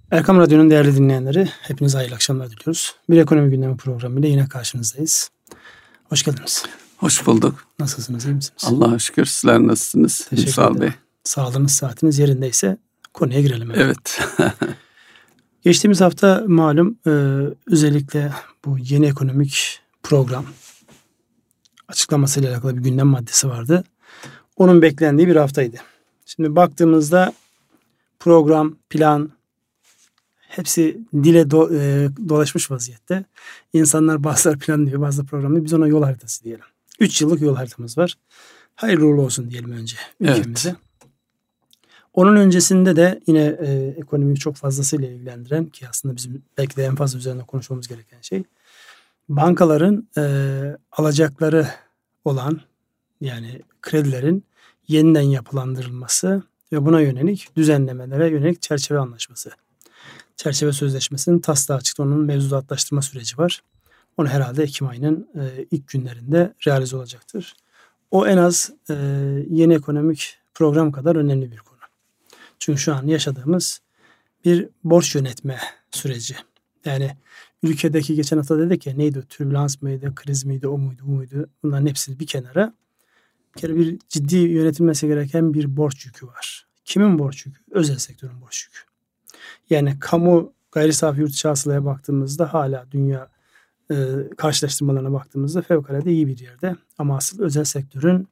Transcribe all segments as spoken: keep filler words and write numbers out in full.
Erkam Radyo'nun değerli dinleyenleri, hepinize hayırlı akşamlar diliyoruz. Bir ekonomi gündemi programıyla yine karşınızdayız. Hoş geldiniz. Hoş bulduk. Nasılsınız, iyi misiniz? Allah'a şükür. Sizler nasılsınız? Teşekkür Ünsal ederim. Bey. Sağlığınız, saatiniz yerindeyse konuya girelim. Hemen. Evet. Geçtiğimiz hafta malum e, özellikle bu yeni ekonomik program açıklamasıyla alakalı bir gündem maddesi vardı. Onun beklendiği bir haftaydı. Şimdi baktığımızda program, plan hepsi dile do, e, dolaşmış vaziyette. İnsanlar bazıları plan diyor, bazıları program diyor. Biz ona yol haritası diyelim. Üç yıllık yol haritamız var. Hayırlı uğurlu olsun diyelim önce ülkemize. Evet. Onun öncesinde de yine e, ekonomiyi çok fazlasıyla ilgilendiren, ki aslında bizim belki de en fazla üzerine konuşmamız gereken şey, bankaların e, alacakları olan, yani kredilerin yeniden yapılandırılması ve buna yönelik düzenlemelere yönelik çerçeve anlaşması. Çerçeve sözleşmesinin taslağı çıktı. Onun mevzuatlaştırma süreci var. Onu herhalde Ekim ayının e, ilk günlerinde realize olacaktır. O en az e, yeni ekonomik program kadar önemli bir konu. Çünkü şu an yaşadığımız bir borç yönetme süreci. Yani ülkedeki, geçen hafta dedik ya, neydi o, türbülans mıydı, kriz miydi, o muydu, bu muydu, bunların hepsini bir kenara. Bir kere bir ciddi yönetilmesi gereken bir borç yükü var. Kimin borç yükü? Özel sektörün borç yükü. Yani kamu gayri safi yurt içi hasılaya baktığımızda hala dünya e, karşılaştırmalarına baktığımızda fevkalade iyi bir yerde. Ama asıl özel sektörün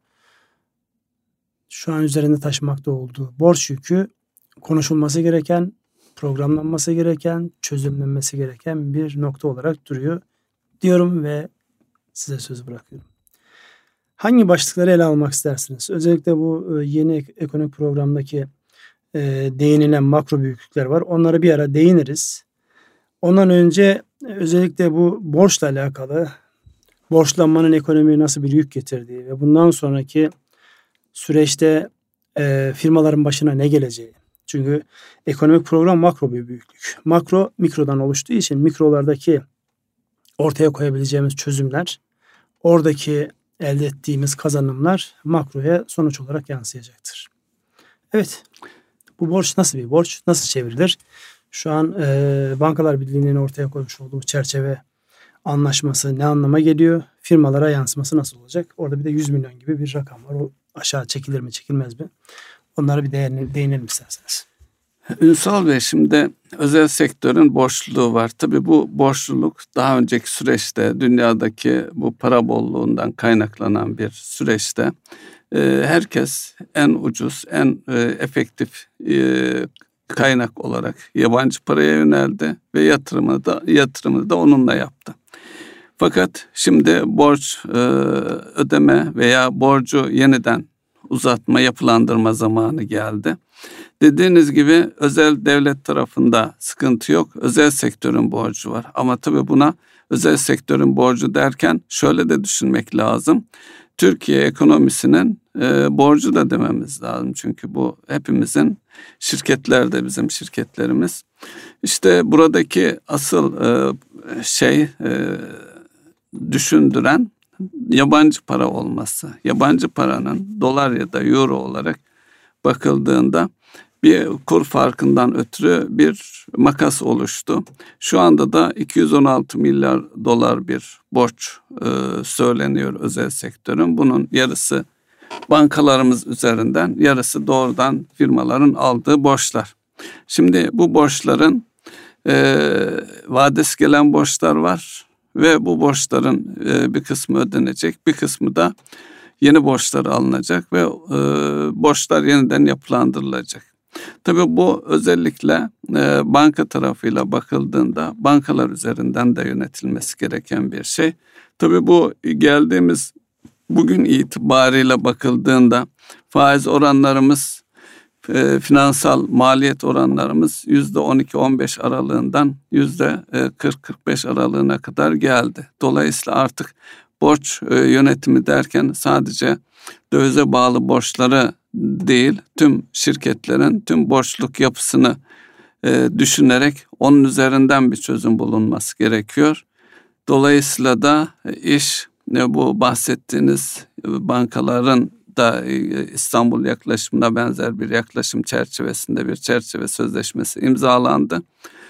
şu an üzerinde taşımakta olduğu borç yükü konuşulması gereken, programlanması gereken, çözümlenmesi gereken bir nokta olarak duruyor diyorum ve size sözü bırakıyorum. Hangi başlıkları ele almak istersiniz? Özellikle bu yeni ekonomik programdaki e, değinilen makro büyüklükler var. Onlara bir ara değiniriz. Ondan önce özellikle bu borçla alakalı, borçlanmanın ekonomiye nasıl bir yük getirdiği ve bundan sonraki süreçte e, firmaların başına ne geleceği. Çünkü ekonomik program makro bir büyüklük. Makro mikrodan oluştuğu için mikrolardaki ortaya koyabileceğimiz çözümler, oradaki elde ettiğimiz kazanımlar makroya sonuç olarak yansıyacaktır. Evet, bu borç nasıl bir borç? Nasıl çevrilir? Şu an e, Bankalar Birliği'nin ortaya koymuş olduğu çerçeve anlaşması ne anlama geliyor? Firmalara yansıması nasıl olacak? Orada bir de yüz milyon gibi bir rakam var. O aşağı çekilir mi, çekilmez mi? Onlara bir değenelim, değinelim isterseniz. Ünsal Bey, şimdi özel sektörün borçluluğu var. Tabii bu borçluluk daha önceki süreçte, dünyadaki bu para bolluğundan kaynaklanan bir süreçte e, herkes en ucuz, en e, efektif e, kaynak olarak yabancı paraya yöneldi ve yatırımını da yatırımını da onunla yaptı. Fakat şimdi borç e, ödeme veya borcu yeniden uzatma, yapılandırma zamanı geldi. Dediğiniz gibi özel devlet tarafında sıkıntı yok. Özel sektörün borcu var. Ama tabii buna özel sektörün borcu derken şöyle de düşünmek lazım. Türkiye ekonomisinin e, borcu da dememiz lazım. Çünkü bu hepimizin, şirketler de bizim şirketlerimiz. İşte buradaki asıl e, şey e, düşündüren yabancı para olması. Yabancı paranın dolar ya da euro olarak bakıldığında bir kur farkından ötürü bir makas oluştu. Şu anda da iki yüz on altı milyar dolar bir borç e, söyleniyor özel sektörün. Bunun yarısı bankalarımız üzerinden, yarısı doğrudan firmaların aldığı borçlar. Şimdi bu borçların e, vadesi gelen borçlar var ve bu borçların e, bir kısmı ödenecek, bir kısmı da yeni borçlar alınacak ve e, borçlar yeniden yapılandırılacak. Tabii bu özellikle e, banka tarafıyla bakıldığında bankalar üzerinden de yönetilmesi gereken bir şey. Tabii bu geldiğimiz bugün itibariyle bakıldığında faiz oranlarımız, e, finansal maliyet oranlarımız yüzde on iki on beş aralığından yüzde kırk kırk beş aralığına kadar geldi. Dolayısıyla artık borç e, yönetimi derken sadece dövize bağlı borçları değil, tüm şirketlerin tüm borçluk yapısını e, düşünerek onun üzerinden bir çözüm bulunması gerekiyor. Dolayısıyla da e, iş e, bu bahsettiğiniz e, bankaların hatta İstanbul yaklaşımına benzer bir yaklaşım çerçevesinde bir çerçeve sözleşmesi imzalandı.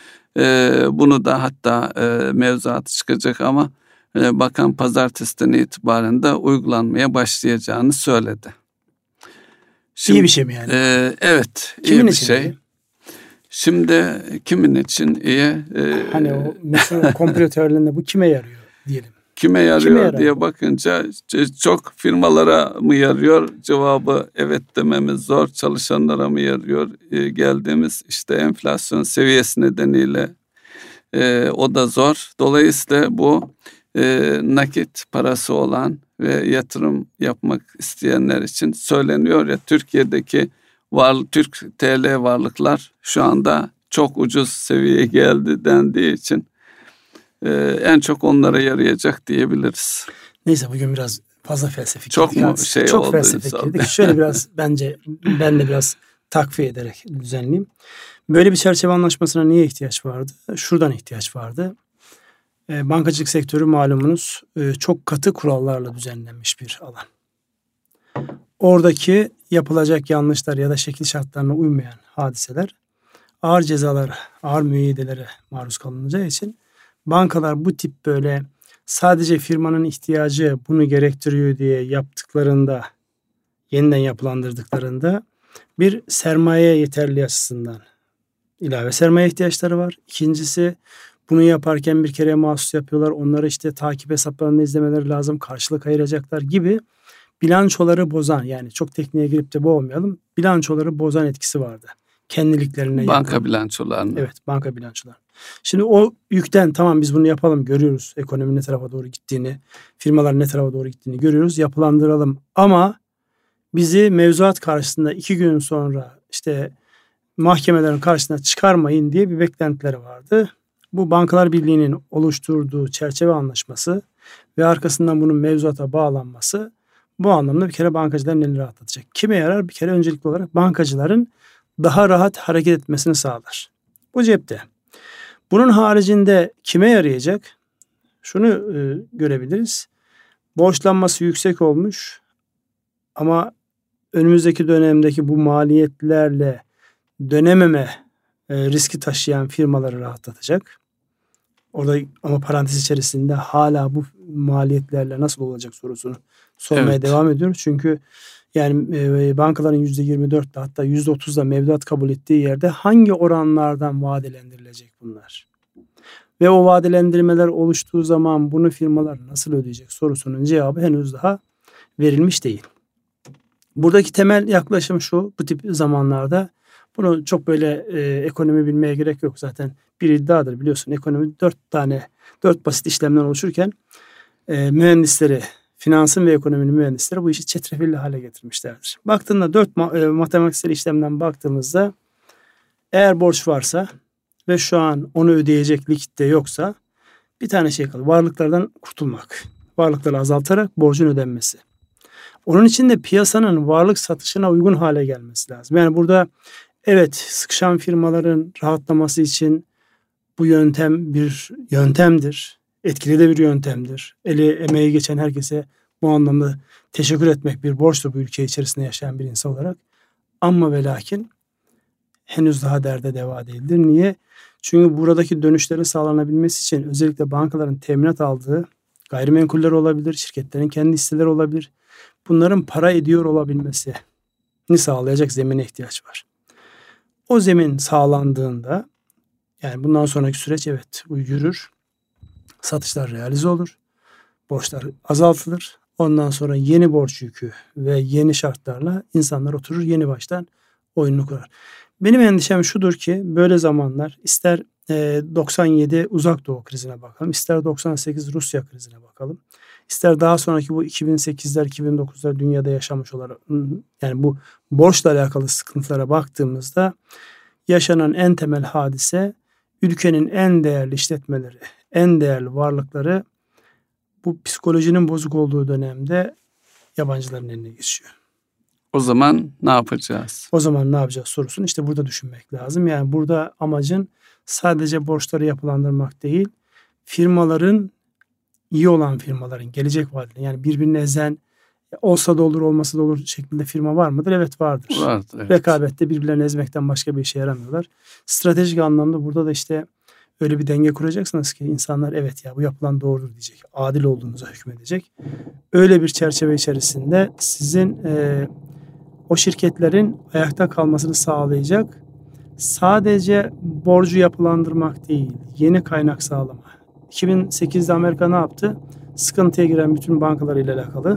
Bunu da hatta mevzuatı çıkacak ama bakan pazartesiden itibaren de uygulanmaya başlayacağını söyledi. Şimdi, iyi bir şey mi yani? E, evet, kimin iyi bir için şey. iyi? Şimdi kimin için iyi? E, hani o mesela komplo teorilerinde bu kime yarıyor diyelim. Kime yarıyor diye bakınca çok firmalara mı yarıyor? Cevabı evet dememiz zor. Çalışanlara mı yarıyor? E, geldiğimiz işte enflasyon seviyesi nedeniyle e, o da zor. Dolayısıyla bu e, nakit parası olan ve yatırım yapmak isteyenler için söyleniyor ya, Türkiye'deki var, Türk T L varlıklar şu anda çok ucuz seviyeye geldi dendiği için Ee, en çok onlara yarayacak diyebiliriz. Neyse, bugün biraz fazla felsefik. Çok mu şey çok oldu? Çok felsefik girdik. Şöyle biraz bence ben de biraz takviye ederek düzenleyeyim. Böyle bir çerçeve anlaşmasına niye ihtiyaç vardı? Şuradan ihtiyaç vardı. E, bankacılık sektörü malumunuz e, çok katı kurallarla düzenlenmiş bir alan. Oradaki yapılacak yanlışlar ya da şekil şartlarına uymayan hadiseler ağır cezalara, ağır müeyyidelere maruz kalınacağı için bankalar bu tip böyle sadece firmanın ihtiyacı bunu gerektiriyor diye yaptıklarında, yeniden yapılandırdıklarında bir sermaye yeterli açısından ilave sermaye ihtiyaçları var. İkincisi, bunu yaparken bir kere mahsus yapıyorlar. Onları işte takip hesaplarını izlemeleri lazım. Karşılık ayıracaklar gibi bilançoları bozan, yani çok tekniğe girip de boğmayalım, bilançoları bozan etkisi vardı. Kendiliklerine banka yakın. bilançolarını. Evet, banka bilançoları. Şimdi o yükten tamam biz bunu yapalım, görüyoruz ekonominin ne tarafa doğru gittiğini, firmaların ne tarafa doğru gittiğini görüyoruz, yapılandıralım. Ama bizi mevzuat karşısında iki gün sonra işte mahkemelerin karşısına çıkarmayın diye bir beklentileri vardı. Bu Bankalar Birliği'nin oluşturduğu çerçeve anlaşması ve arkasından bunun mevzuata bağlanması bu anlamda bir kere bankacıların elini rahatlatacak. Kime yarar? Bir kere öncelikli olarak bankacıların daha rahat hareket etmesini sağlar. Bu cepte. Bunun haricinde kime yarayacak? Şunu e, görebiliriz. Borçlanması yüksek olmuş ama önümüzdeki dönemdeki bu maliyetlerle dönememe e, riski taşıyan firmaları rahatlatacak. Orada ama parantez içerisinde hala bu maliyetlerle nasıl olacak sorusunu sormaya evet. devam ediyoruz. Çünkü yani e, bankaların yüzde yirmi dörtte hatta yüzde otuzda mevduat kabul ettiği yerde hangi oranlardan vadelendirilecek bunlar? Ve o vadelendirmeler oluştuğu zaman bunu firmalar nasıl ödeyecek sorusunun cevabı henüz daha verilmiş değil. Buradaki temel yaklaşım şu: bu tip zamanlarda bunu çok böyle e, ekonomi bilmeye gerek yok. Zaten bir iddiadır, biliyorsun. Ekonomi dört tane, dört basit işlemden oluşurken e, mühendisleri, finansın ve ekonominin mühendisleri bu işi çetrefilli hale getirmişlerdir. Baktığında dört ma- e, matematiksel işlemden baktığımızda eğer borç varsa ve şu an onu ödeyecek likitte yoksa bir tane şey kalır: varlıklardan kurtulmak. Varlıkları azaltarak borcun ödenmesi. Onun için de piyasanın varlık satışına uygun hale gelmesi lazım. Yani burada evet, sıkışan firmaların rahatlaması için bu yöntem bir yöntemdir. Etkili de bir yöntemdir. Eli emeği geçen herkese bu anlamda teşekkür etmek bir borçtur bu ülke içerisinde yaşayan bir insan olarak. Ama ve lakin henüz daha derde deva değildir. Niye? Çünkü buradaki dönüşlerin sağlanabilmesi için özellikle bankaların teminat aldığı gayrimenkuller olabilir, şirketlerin kendi hisseleri olabilir. Bunların para ediyor olabilmesini sağlayacak zemine ihtiyaç var. O zemin sağlandığında, yani bundan sonraki süreç evet bu yürür. Satışlar realize olur. Borçlar azaltılır. Ondan sonra yeni borç yükü ve yeni şartlarla insanlar oturur yeni baştan oyununu kurar. Benim endişem şudur ki böyle zamanlar ister doksan yedi Uzak Doğu krizine bakalım, ister doksan sekiz Rusya krizine bakalım, ister daha sonraki bu iki bin sekizler iki bin dokuzlar dünyada yaşamış olarak, yani bu borçla alakalı sıkıntılara baktığımızda yaşanan en temel hadise ülkenin en değerli işletmeleri, en değerli varlıkları bu psikolojinin bozuk olduğu dönemde yabancıların eline geçiyor. O zaman ne yapacağız? O zaman ne yapacağız sorusunu işte burada düşünmek lazım. Yani burada amacın sadece borçları yapılandırmak değil, firmaların, iyi olan firmaların, gelecek vadeli, yani birbirini ezen Olsa da olur, olmasa da olur şeklinde firma var mıdır? Evet, vardır. Vardır. Evet. Rekabette birbirlerini ezmekten başka bir işe yaramıyorlar. Stratejik anlamda burada da işte öyle bir denge kuracaksınız ki insanlar evet ya bu yapılan doğrudur diyecek. Adil olduğunuza hükmedecek. Öyle bir çerçeve içerisinde sizin e, o şirketlerin ayakta kalmasını sağlayacak sadece borcu yapılandırmak değil, yeni kaynak sağlama. iki bin sekizde Amerika ne yaptı? Sıkıntıya giren bütün bankalarıyla alakalı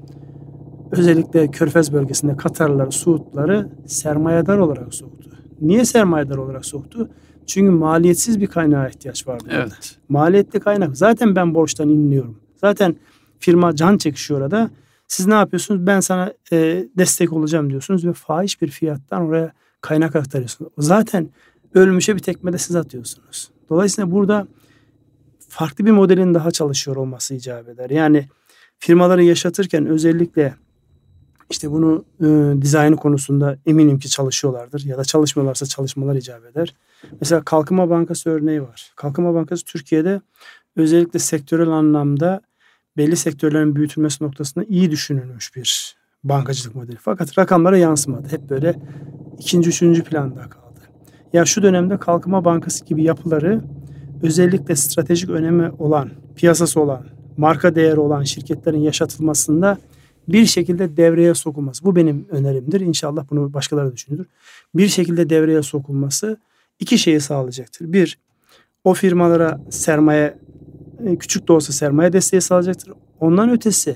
özellikle Körfez bölgesinde Katarlıları, Suudları sermayedar olarak soktu. Niye sermayedar olarak soktu? Çünkü maliyetsiz bir kaynağa ihtiyaç vardı. Evet. Maliyetli kaynak. Zaten ben borçtan inliyorum. Zaten firma can çekişiyor orada. Siz ne yapıyorsunuz? Ben sana e, destek olacağım diyorsunuz ve fahiş bir fiyattan oraya kaynak aktarıyorsunuz. Zaten ölmüşe bir tekme de siz atıyorsunuz. Dolayısıyla burada farklı bir modelin daha çalışıyor olması icap eder. Yani firmaları yaşatırken özellikle işte bunu e, dizayn konusunda eminim ki çalışıyorlardır ya da çalışmıyorlarsa çalışmalar icap eder. Mesela Kalkınma Bankası örneği var. Kalkınma Bankası Türkiye'de özellikle sektörel anlamda belli sektörlerin büyütülmesi noktasında iyi düşünülmüş bir bankacılık modeli. Fakat rakamlara yansımadı. Hep böyle ikinci, üçüncü planda kaldı. Ya şu dönemde Kalkınma Bankası gibi yapıları özellikle stratejik önemi olan, piyasası olan, marka değeri olan şirketlerin yaşatılmasında bir şekilde devreye sokulması. Bu benim önerimdir. İnşallah bunu başkaları da düşünür. Bir şekilde devreye sokulması iki şeyi sağlayacaktır. Bir, o firmalara sermaye, küçük de olsa sermaye desteği sağlayacaktır. Ondan ötesi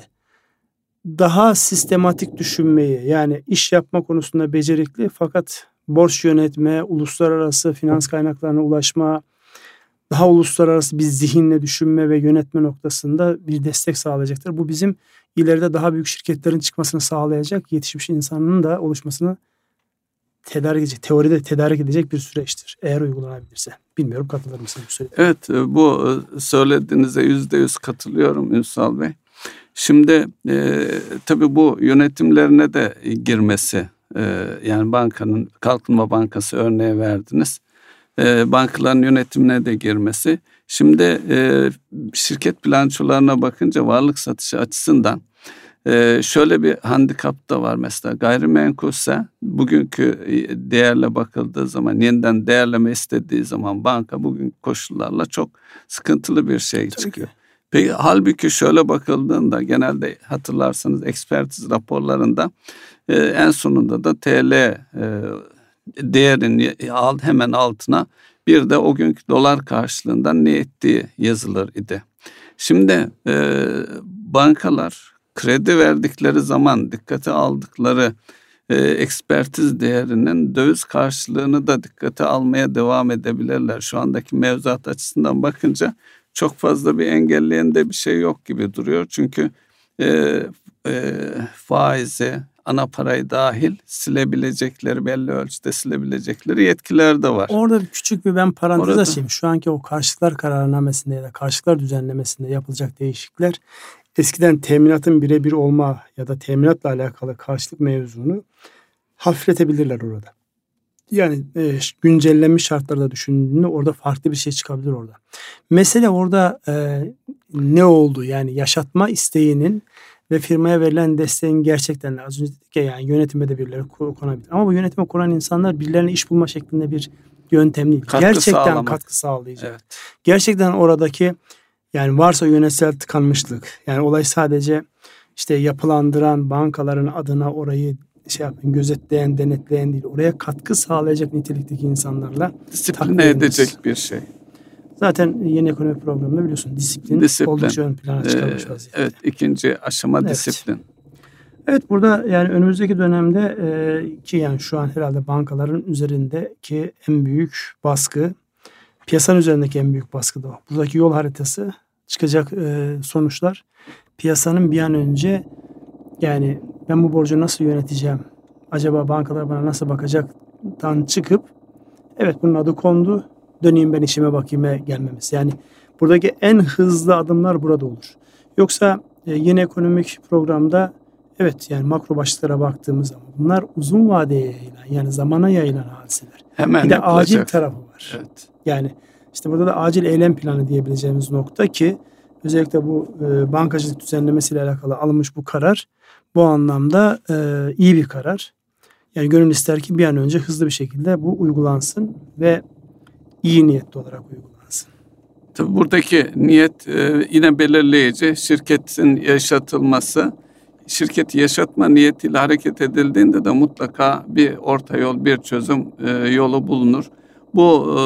daha sistematik düşünmeyi, yani iş yapma konusunda becerikli fakat borç yönetme, uluslararası finans kaynaklarına ulaşma, daha uluslararası bir zihinle düşünme ve yönetme noktasında bir destek sağlayacaktır. Bu bizim ileride daha büyük şirketlerin çıkmasını sağlayacak, yetişmiş insanın da oluşmasını tedarik edecek, teoride tedarik edecek bir süreçtir. Eğer uygulanabilirse. Bilmiyorum, katılır mısınız bu söylediğinize? Evet, bu söylediğinize yüzde yüz katılıyorum Ünsal Bey. Şimdi e, tabii bu yönetimlerine de girmesi, e, yani bankanın, Kalkınma Bankası örneği verdiniz. E, bankaların yönetimine de girmesi. Şimdi e, şirket bilançolarına bakınca varlık satışı açısından e, şöyle bir handikap da var. Mesela gayrimenkulse bugünkü değerle bakıldığı zaman, yeniden değerleme istediği zaman banka bugünkü koşullarla çok sıkıntılı bir şey Tabii çıkıyor. ki. Peki halbuki şöyle bakıldığında genelde hatırlarsanız ekspertiz raporlarında e, en sonunda da T L e, değerin hemen altına bir de o günkü dolar karşılığından ne ettiği yazılır idi. Şimdi e, bankalar kredi verdikleri zaman dikkate aldıkları e, ekspertiz değerinin döviz karşılığını da dikkate almaya devam edebilirler. Şu andaki mevzuat açısından bakınca çok fazla bir engelleyen de bir şey yok gibi duruyor. Çünkü e, e, faizi, ana parayı dahil silebilecekleri, belli ölçüde silebilecekleri yetkiler de var. Orada bir küçük bir ben parantez Orada. açayım. Şu anki o karşılıklar kararnamesinde ya da karşılıklar düzenlemesinde yapılacak değişiklikler eskiden teminatın birebir olma ya da teminatla alakalı karşılık mevzunu hafifletebilirler orada. Yani e, güncellenmiş şartlarda düşündüğünde orada farklı bir şey çıkabilir orada. Mesele orada e, ne oldu? Yani yaşatma isteğinin ve firmaya verilen desteğin gerçekten az önce dedik ya, yani yönetime de birileri konabilir. Ama bu yönetime konan insanlar birilerine iş bulma şeklinde bir yöntem değil. Katkı gerçekten sağlamak. katkı sağlayacak. Evet. Gerçekten oradaki yani varsa yönetsel tıkanmışlık, yani olay sadece işte yapılandıran bankaların adına orayı şey yapın, gözetleyen, denetleyen değil. Oraya katkı sağlayacak nitelikteki insanlarla disipline edecek bir şey. Zaten yeni ekonomi programında biliyorsun disiplin, disiplin. oldukça ön plana çıkarmış vaziyette. Evet, ikinci aşama evet. disiplin. Evet, burada yani önümüzdeki dönemde e, ki yani şu an herhalde bankaların üzerindeki en büyük baskı, piyasanın üzerindeki en büyük baskı da o. Buradaki yol haritası, çıkacak e, sonuçlar piyasanın bir an önce yani ben bu borcu nasıl yöneteceğim, acaba bankalar bana nasıl bakacaktan çıkıp evet bunun adı kondu, döneyim ben işime bakayım'a gelmemiz. Yani buradaki en hızlı adımlar burada olur. Yoksa e, yeni ekonomik programda evet yani makro başlıklara baktığımız zaman bunlar uzun vadeye yayılan, yani zamana yayılan hadiseler. Hemen bir de yapılacak. Acil tarafı var. Evet. Yani işte burada da acil eylem planı diyebileceğimiz nokta ki özellikle bu e, bankacılık düzenlemesiyle alakalı alınmış bu karar Bu anlamda e, iyi bir karar. Yani gönül ister ki bir an önce hızlı bir şekilde bu uygulansın ve iyi niyetli olarak uygulansın. Tabii buradaki niyet e, yine belirleyici. Şirketin yaşatılması, şirketi yaşatma niyetiyle hareket edildiğinde de mutlaka bir orta yol, bir çözüm e, yolu bulunur. Bu e,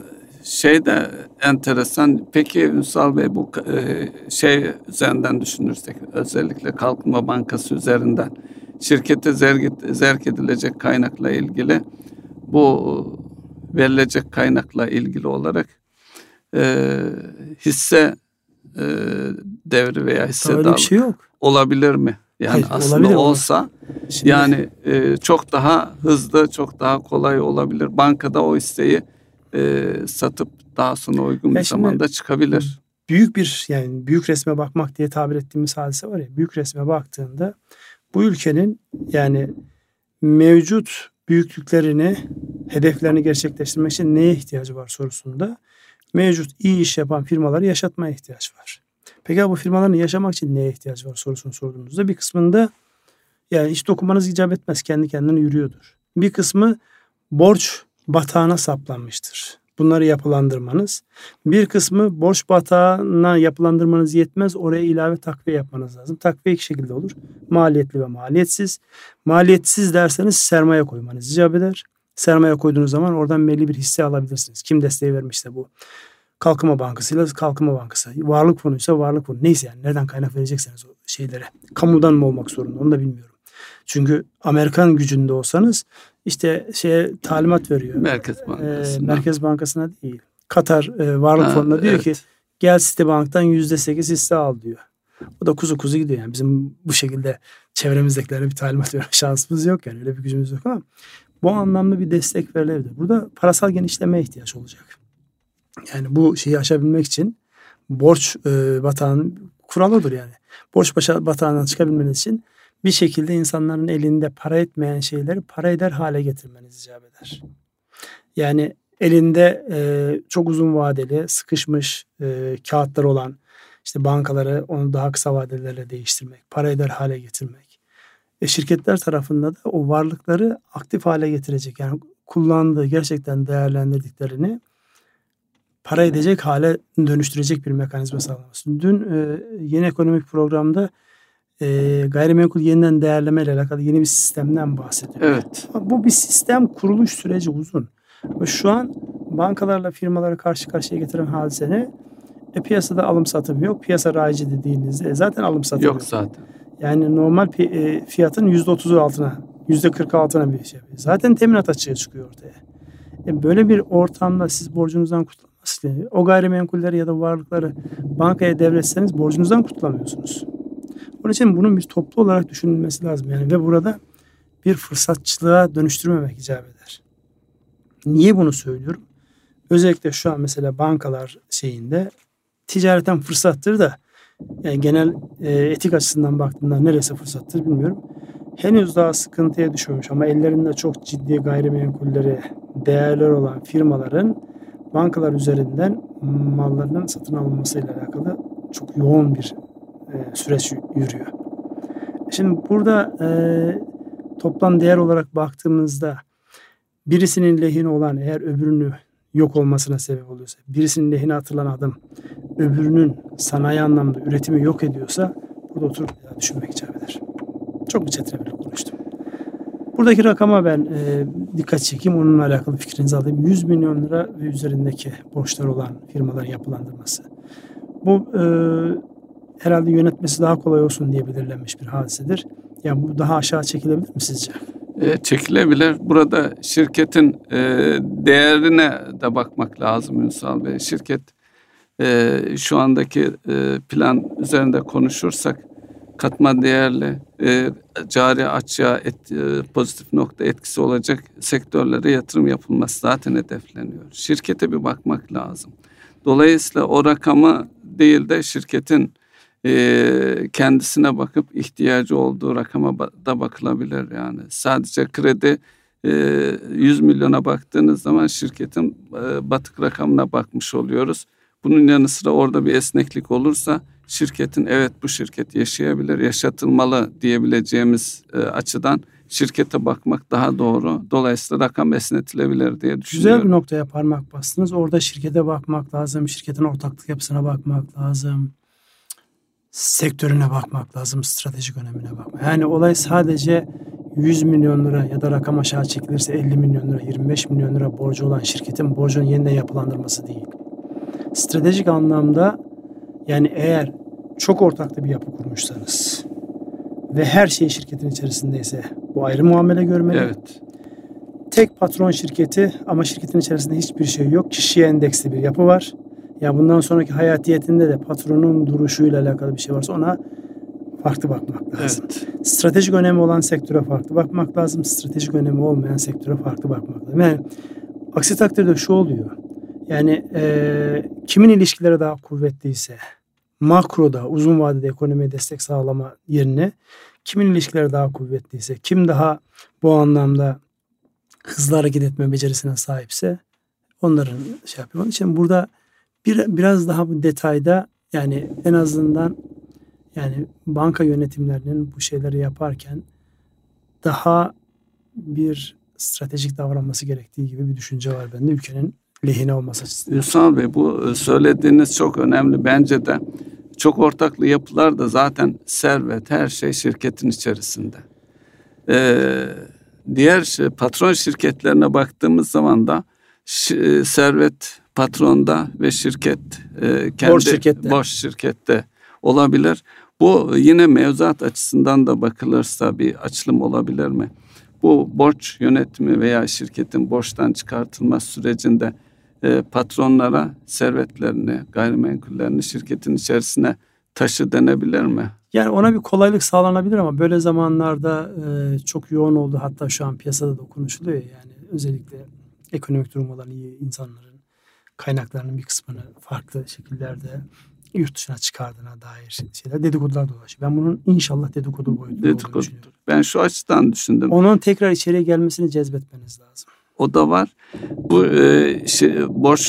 şey de enteresan. Peki Ünsal Bey, bu e, şey üzerinden düşünürsek, özellikle Kalkınma Bankası üzerinden şirkete zerk, zerk edilecek kaynakla ilgili, bu verilecek kaynakla ilgili olarak e, hisse e, devri veya hisse Öyle dağılık bir şey yok. olabilir mi? Yani Hayır, aslında olabilir, olsa Şimdi, yani e, çok daha hızlı, çok daha kolay olabilir. Bankada o hisseyi e, satıp daha sonra uygun bir zamanda çıkabilir. Büyük bir, yani büyük resme bakmak diye tabir ettiğimiz hadise var ya, büyük resme baktığında bu ülkenin yani mevcut büyüklüklerini, hedeflerini gerçekleştirmek için neye ihtiyacı var sorusunda mevcut iyi iş yapan firmaları yaşatmaya ihtiyaç var. Peki bu firmaların yaşamak için neye ihtiyaç var sorusunu sorduğunuzda bir kısmında yani hiç dokunmanız icap etmez, kendi kendine yürüyordur. Bir kısmı borç batağına saplanmıştır. Bunları yapılandırmanız. Bir kısmı borç batağına yapılandırmanız yetmez. Oraya ilave takviye yapmanız lazım. Takviye iki şekilde olur. Maliyetli ve maliyetsiz. Maliyetsiz derseniz sermaye koymanız icap eder. Sermaye koyduğunuz zaman oradan belli bir hisse alabilirsiniz. Kim desteği vermişse bu. Kalkınma Bankası'yla Kalkınma Bankası. Varlık fonuysa varlık fonu. Neyse yani nereden kaynak verecekseniz o şeylere. Kamudan mı olmak zorunda onu da bilmiyorum. Çünkü Amerikan gücünde olsanız işte şeye talimat veriyor. Merkez Bankası'na. E, Merkez Bankası'na değil. Katar e, Varlık ha, Fonu'na diyor evet. ki gel Citibank'tan yüzde sekiz hisse al diyor. O da kuzu kuzu gidiyor yani. Bizim bu şekilde çevremizdekilere bir talimat verme şansımız yok yani. Öyle bir gücümüz yok ama bu anlamda bir destek verilebilir. Burada parasal genişlemeye ihtiyaç olacak. Yani bu şeyi aşabilmek için borç e, batağının kuralıdır yani. Borç başa, batağından çıkabilmeniz için bir şekilde insanların elinde para etmeyen şeyleri para eder hale getirmeniz icap eder. Yani elinde e, çok uzun vadeli sıkışmış e, kağıtlar olan işte bankaları onu daha kısa vadelerle değiştirmek, para eder hale getirmek. E, şirketler tarafında da o varlıkları aktif hale getirecek. Yani kullandığı, gerçekten değerlendirdiklerini para edecek hale dönüştürecek bir mekanizma sağlaması. Dün e, yeni ekonomik programda e, gayrimenkul yeniden değerleme ile alakalı yeni bir sistemden bahsediyor. Evet. Bu bir sistem, kuruluş süreci uzun. Ve şu an bankalarla firmaları karşı karşıya getiren hadise ne? E, piyasada alım satım yok. Piyasa raici dediğinizde e, zaten alım satım yok. Yok zaten. Yani normal pi- e, fiyatın yüzde otuzu altına, yüzde kırkı altına bir şey. Zaten teminat açığı çıkıyor ortaya. E, böyle bir ortamda siz borcunuzdan kurtulamazsınız. O gayrimenkulleri ya da varlıkları bankaya devretseniz borcunuzdan kurtulamıyorsunuz. Onun için bunun bir toplu olarak düşünülmesi lazım. Yani ve burada bir fırsatçılığa dönüştürmemek icap eder. Niye bunu söylüyorum? Özellikle şu an mesela bankalar şeyinde ticareten fırsattır da yani genel e, etik açısından baktığımda neresi fırsattır bilmiyorum. Henüz daha sıkıntıya düşmemiş ama ellerinde çok ciddi gayrimenkulleri, değerler olan firmaların bankalar üzerinden mallarının satın alınmasıyla alakalı çok yoğun bir e, süreç yürüyor. Şimdi burada e, toplam değer olarak baktığımızda birisinin lehine olan eğer öbürünü yok olmasına sebep oluyorsa, birisinin lehine atılan adım öbürünün sanayi anlamda üretimi yok ediyorsa burada oturup düşünmek icap eder. Çok mu çetrefilli konuştum? Buradaki rakama ben e, dikkat çekeyim. Onunla alakalı fikrinizi alayım. yüz milyon lira ve üzerindeki borçlar olan firmaların yapılandırması. Bu e, herhalde yönetmesi daha kolay olsun diye belirlenmiş bir hadisedir. Yani bu daha aşağı çekilebilir mi sizce? E, çekilebilir. Burada şirketin e, değerine de bakmak lazım Ünsal Bey. Şirket e, şu andaki e, plan üzerinde konuşursak katma değerli, e, cari açığa et, e, pozitif nokta etkisi olacak sektörlere yatırım yapılması zaten hedefleniyor. Şirkete bir bakmak lazım. Dolayısıyla o rakamı değil de şirketin e, kendisine bakıp ihtiyacı olduğu rakama da bakılabilir. Yani sadece kredi e, yüz milyona baktığınız zaman şirketin e, batık rakamına bakmış oluyoruz. Bunun yanı sıra orada bir esneklik olursa şirketin evet bu şirket yaşayabilir, yaşatılmalı diyebileceğimiz e, açıdan şirkete bakmak daha doğru. Dolayısıyla rakam esnetilebilir diye düşünüyorum. Güzel bir noktaya parmak bastınız. Orada şirkete bakmak lazım. Şirketin ortaklık yapısına bakmak lazım. Sektörüne bakmak lazım. Stratejik önemine bakmak. Yani olay sadece yüz milyon lira ya da rakam aşağı çekilirse elli milyon lira, yirmi beş milyon lira borcu olan şirketin borcunun yeniden yapılandırması değil. Stratejik anlamda yani eğer çok ortaklı bir yapı kurmuşsanız ve her şey şirketin içerisindeyse bu ayrı muamele görmeli. Evet. Tek patron şirketi ama şirketin içerisinde hiçbir şey yok. Kişiye endeksli bir yapı var. Ya bundan sonraki hayatiyetinde de patronun duruşuyla alakalı bir şey varsa ona farklı bakmak lazım. Evet. Stratejik önemi olan sektöre farklı bakmak lazım. Stratejik önemi olmayan sektöre farklı bakmak lazım. Yani aksi takdirde şu oluyor. Yani e, kimin ilişkileri daha kuvvetliyse makroda uzun vadede ekonomiye destek sağlama yerine kimin ilişkileri daha kuvvetliyse, kim daha bu anlamda hızlı hareket etme becerisine sahipse onların şey yapıyor. Onun için burada bir, biraz daha bu detayda yani en azından yani banka yönetimlerinin bu şeyleri yaparken daha bir stratejik davranması gerektiği gibi bir düşünce var bende ülkenin lehine olması açısından. Ünsal Bey, bu söylediğiniz çok önemli. Bence de çok ortaklı yapılar da zaten servet, her şey şirketin içerisinde. Ee, diğer şey, patron şirketlerine baktığımız zaman da ş- servet patronda ve şirket e, kendi borç şirkette. boş şirkette olabilir. Bu yine mevzuat açısından da bakılırsa bir açılım olabilir mi? Bu borç yönetimi veya şirketin borçtan çıkartılma sürecinde e, patronlara servetlerini, gayrimenkullerini şirketin içerisine taşı denebilir mi? Yani ona bir kolaylık sağlanabilir ama böyle zamanlarda e, çok yoğun oldu. Hatta şu an piyasada da konuşuluyor ya, yani özellikle ekonomik durum olan iyi insanların kaynaklarının bir kısmını farklı şekillerde yurt dışına çıkardığına dair şeyler, dedikodular dolaşıyor. Ben bunun inşallah dedikodu boyutunda olduğunu düşünüyorum. Ben şu açıdan düşündüm. Onun tekrar içeriye gelmesini cezbetmeniz lazım. O da var. Bu e, şey,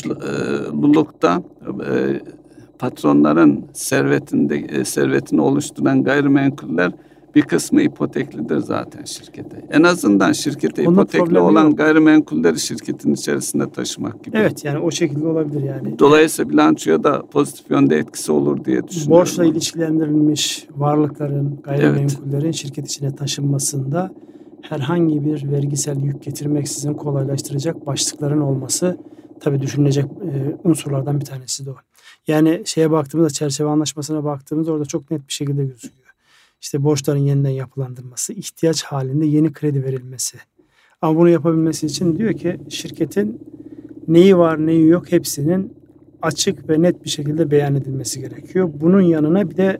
borçlulukta e, patronların servetinde e, servetini oluşturan gayrimenkuller bir kısmı ipoteklidir zaten şirkete. En azından şirkete Onda ipotekli olan yok. gayrimenkulleri şirketin içerisinde taşımak gibi. Evet, yani o şekilde olabilir yani. Dolayısıyla bilançoya da pozitif yönde etkisi olur diye düşünüyorum. Borçla ilişkilendirilmiş varlıkların, gayrimenkullerin evet. şirket içine taşınmasında herhangi bir vergisel yük getirmeksizin kolaylaştıracak başlıkların olması tabii düşünülecek e, unsurlardan bir tanesi de o. Yani şeye baktığımızda, çerçeve anlaşmasına baktığımızda orada çok net bir şekilde gözüküyor. İşte borçların yeniden yapılandırması, ihtiyaç halinde yeni kredi verilmesi. Ama bunu yapabilmesi için diyor ki şirketin neyi var neyi yok hepsinin açık ve net bir şekilde beyan edilmesi gerekiyor. Bunun yanına bir de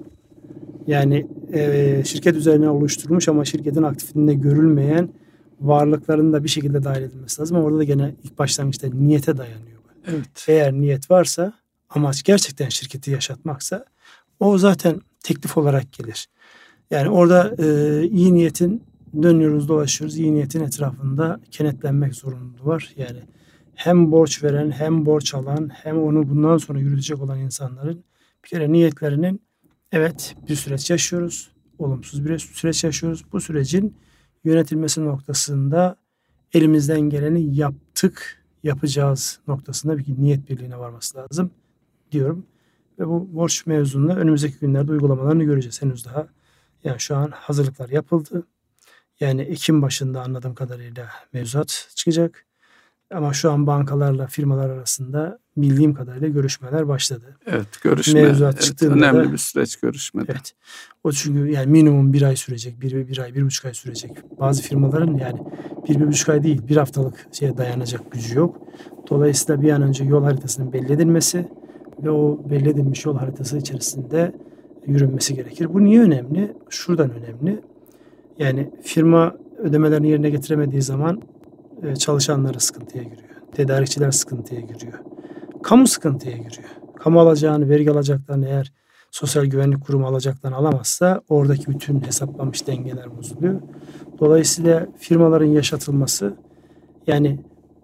yani e, şirket üzerine oluşturulmuş ama şirketin aktifinde görülmeyen varlıkların da bir şekilde dahil edilmesi lazım. Ama orada da gene ilk başlangıçta niyete dayanıyor. Evet. Eğer niyet varsa, amaç gerçekten şirketi yaşatmaksa o zaten teklif olarak gelir. Yani orada e, iyi niyetin, dönüyoruz dolaşıyoruz, iyi niyetin etrafında kenetlenmek zorunluluğu var. Yani hem borç veren hem borç alan hem onu bundan sonra yürütecek olan insanların bir kere niyetlerinin evet bir süreç yaşıyoruz, olumsuz bir süreç yaşıyoruz. Bu sürecin yönetilmesi noktasında elimizden geleni yaptık, yapacağız noktasında bir niyet birliğine varması lazım diyorum. Ve bu borç mevzunda önümüzdeki günlerde uygulamalarını göreceğiz. Henüz daha yani şu an hazırlıklar yapıldı. Yani Ekim başında anladığım kadarıyla mevzuat çıkacak. Ama şu an bankalarla firmalar arasında bildiğim kadarıyla görüşmeler başladı. Evet, görüşme. Mevzuat evet, çıktığında önemli da, bir süreç görüşmede. Evet. O çünkü yani minimum bir ay sürecek. Bir, bir ay, bir buçuk ay sürecek. Bazı firmaların yani bir, bir buçuk ay değil, bir haftalık şeye dayanacak gücü yok. Dolayısıyla bir an önce yol haritasının belli edilmesi ve o belli edilmiş yol haritası içerisinde yürünmesi gerekir. Bu niye önemli? Şuradan önemli. Yani firma ödemelerini yerine getiremediği zaman çalışanları sıkıntıya giriyor. Tedarikçiler sıkıntıya giriyor. Kamu sıkıntıya giriyor. Kamu alacağını, vergi alacaklarını eğer Sosyal Güvenlik Kurumu alacaklarını alamazsa oradaki bütün hesaplanmış dengeler bozuluyor. Dolayısıyla firmaların yaşatılması yani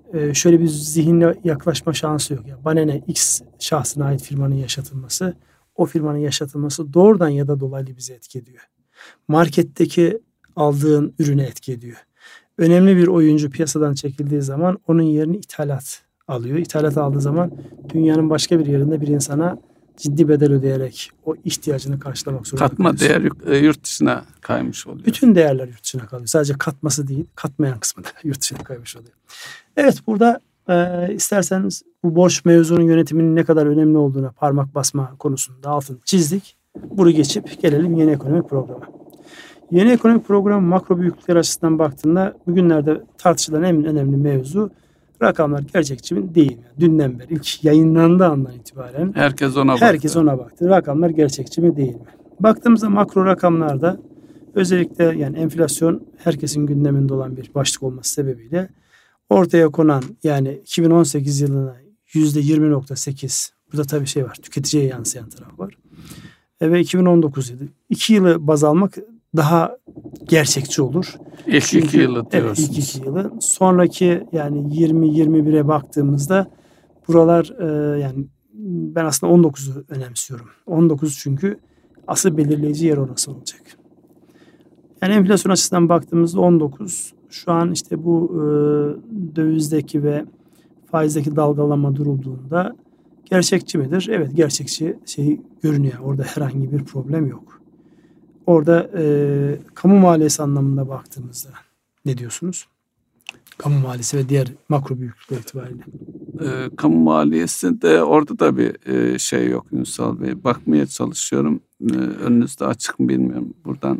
e, şöyle bir zihinle yaklaşma şansı yok. Yani bana ne X şahsına ait firmanın yaşatılması, o firmanın yaşatılması doğrudan ya da dolaylı bizi etki ediyor. Marketteki aldığın ürüne etki ediyor. Önemli bir oyuncu piyasadan çekildiği zaman onun yerini ithalat alıyor. İthalat aldığı zaman dünyanın başka bir yerinde bir insana ciddi bedel ödeyerek o ihtiyacını karşılamak zorunda Katma kalıyorsun. değer yurt dışına kaymış oluyor. Bütün değerler yurt dışına kalıyor. Sadece katması değil, katmayan kısmı da yurt dışına kaymış oluyor. Evet, burada e, isterseniz bu borç mevzunun yönetiminin ne kadar önemli olduğuna parmak basma konusunda altını çizdik. Bunu geçip gelelim yeni ekonomik programa. Yeni ekonomik program makro büyüklükler açısından baktığında bugünlerde tartışılan en önemli mevzu rakamlar gerçekçi mi değil mi? Dünden beri ilk yayınlandığı andan itibaren herkes ona baktı. Herkes ona baktı. Rakamlar gerçekçi mi değil mi? Baktığımızda makro rakamlarda özellikle yani enflasyon herkesin gündeminde olan bir başlık olması sebebiyle ortaya konan yani iki bin on sekiz yılına yüzde yirmi nokta sekiz, burada tabii şey var, tüketiciye yansıyan taraf var. E ve iki bin on dokuz yılı, iki yılı baz almak daha gerçekçi olur. İlk Çünkü, iki yılı diyorsunuz. Evet, ilk iki yılı. Sonraki yani yirmi yirmi bire baktığımızda buralar e, yani ben aslında on dokuzu önemsiyorum. on dokuz çünkü asıl belirleyici yer orası olacak. Yani enflasyon açısından baktığımızda on dokuz. Şu an işte bu e, dövizdeki ve faizdeki dalgalanma durulduğunda gerçekçi midir? Evet, gerçekçi şey görünüyor. Orada herhangi bir problem yok. Orada e, kamu maliyesi anlamında baktığımızda ne diyorsunuz? Kamu maliyesi ve diğer makro büyüklükler itibariyle. E, kamu maliyesi de orada da bir e, şey yok Ünsal Bey. Bakmaya çalışıyorum. E, önünüzde açık mı bilmiyorum. Buradan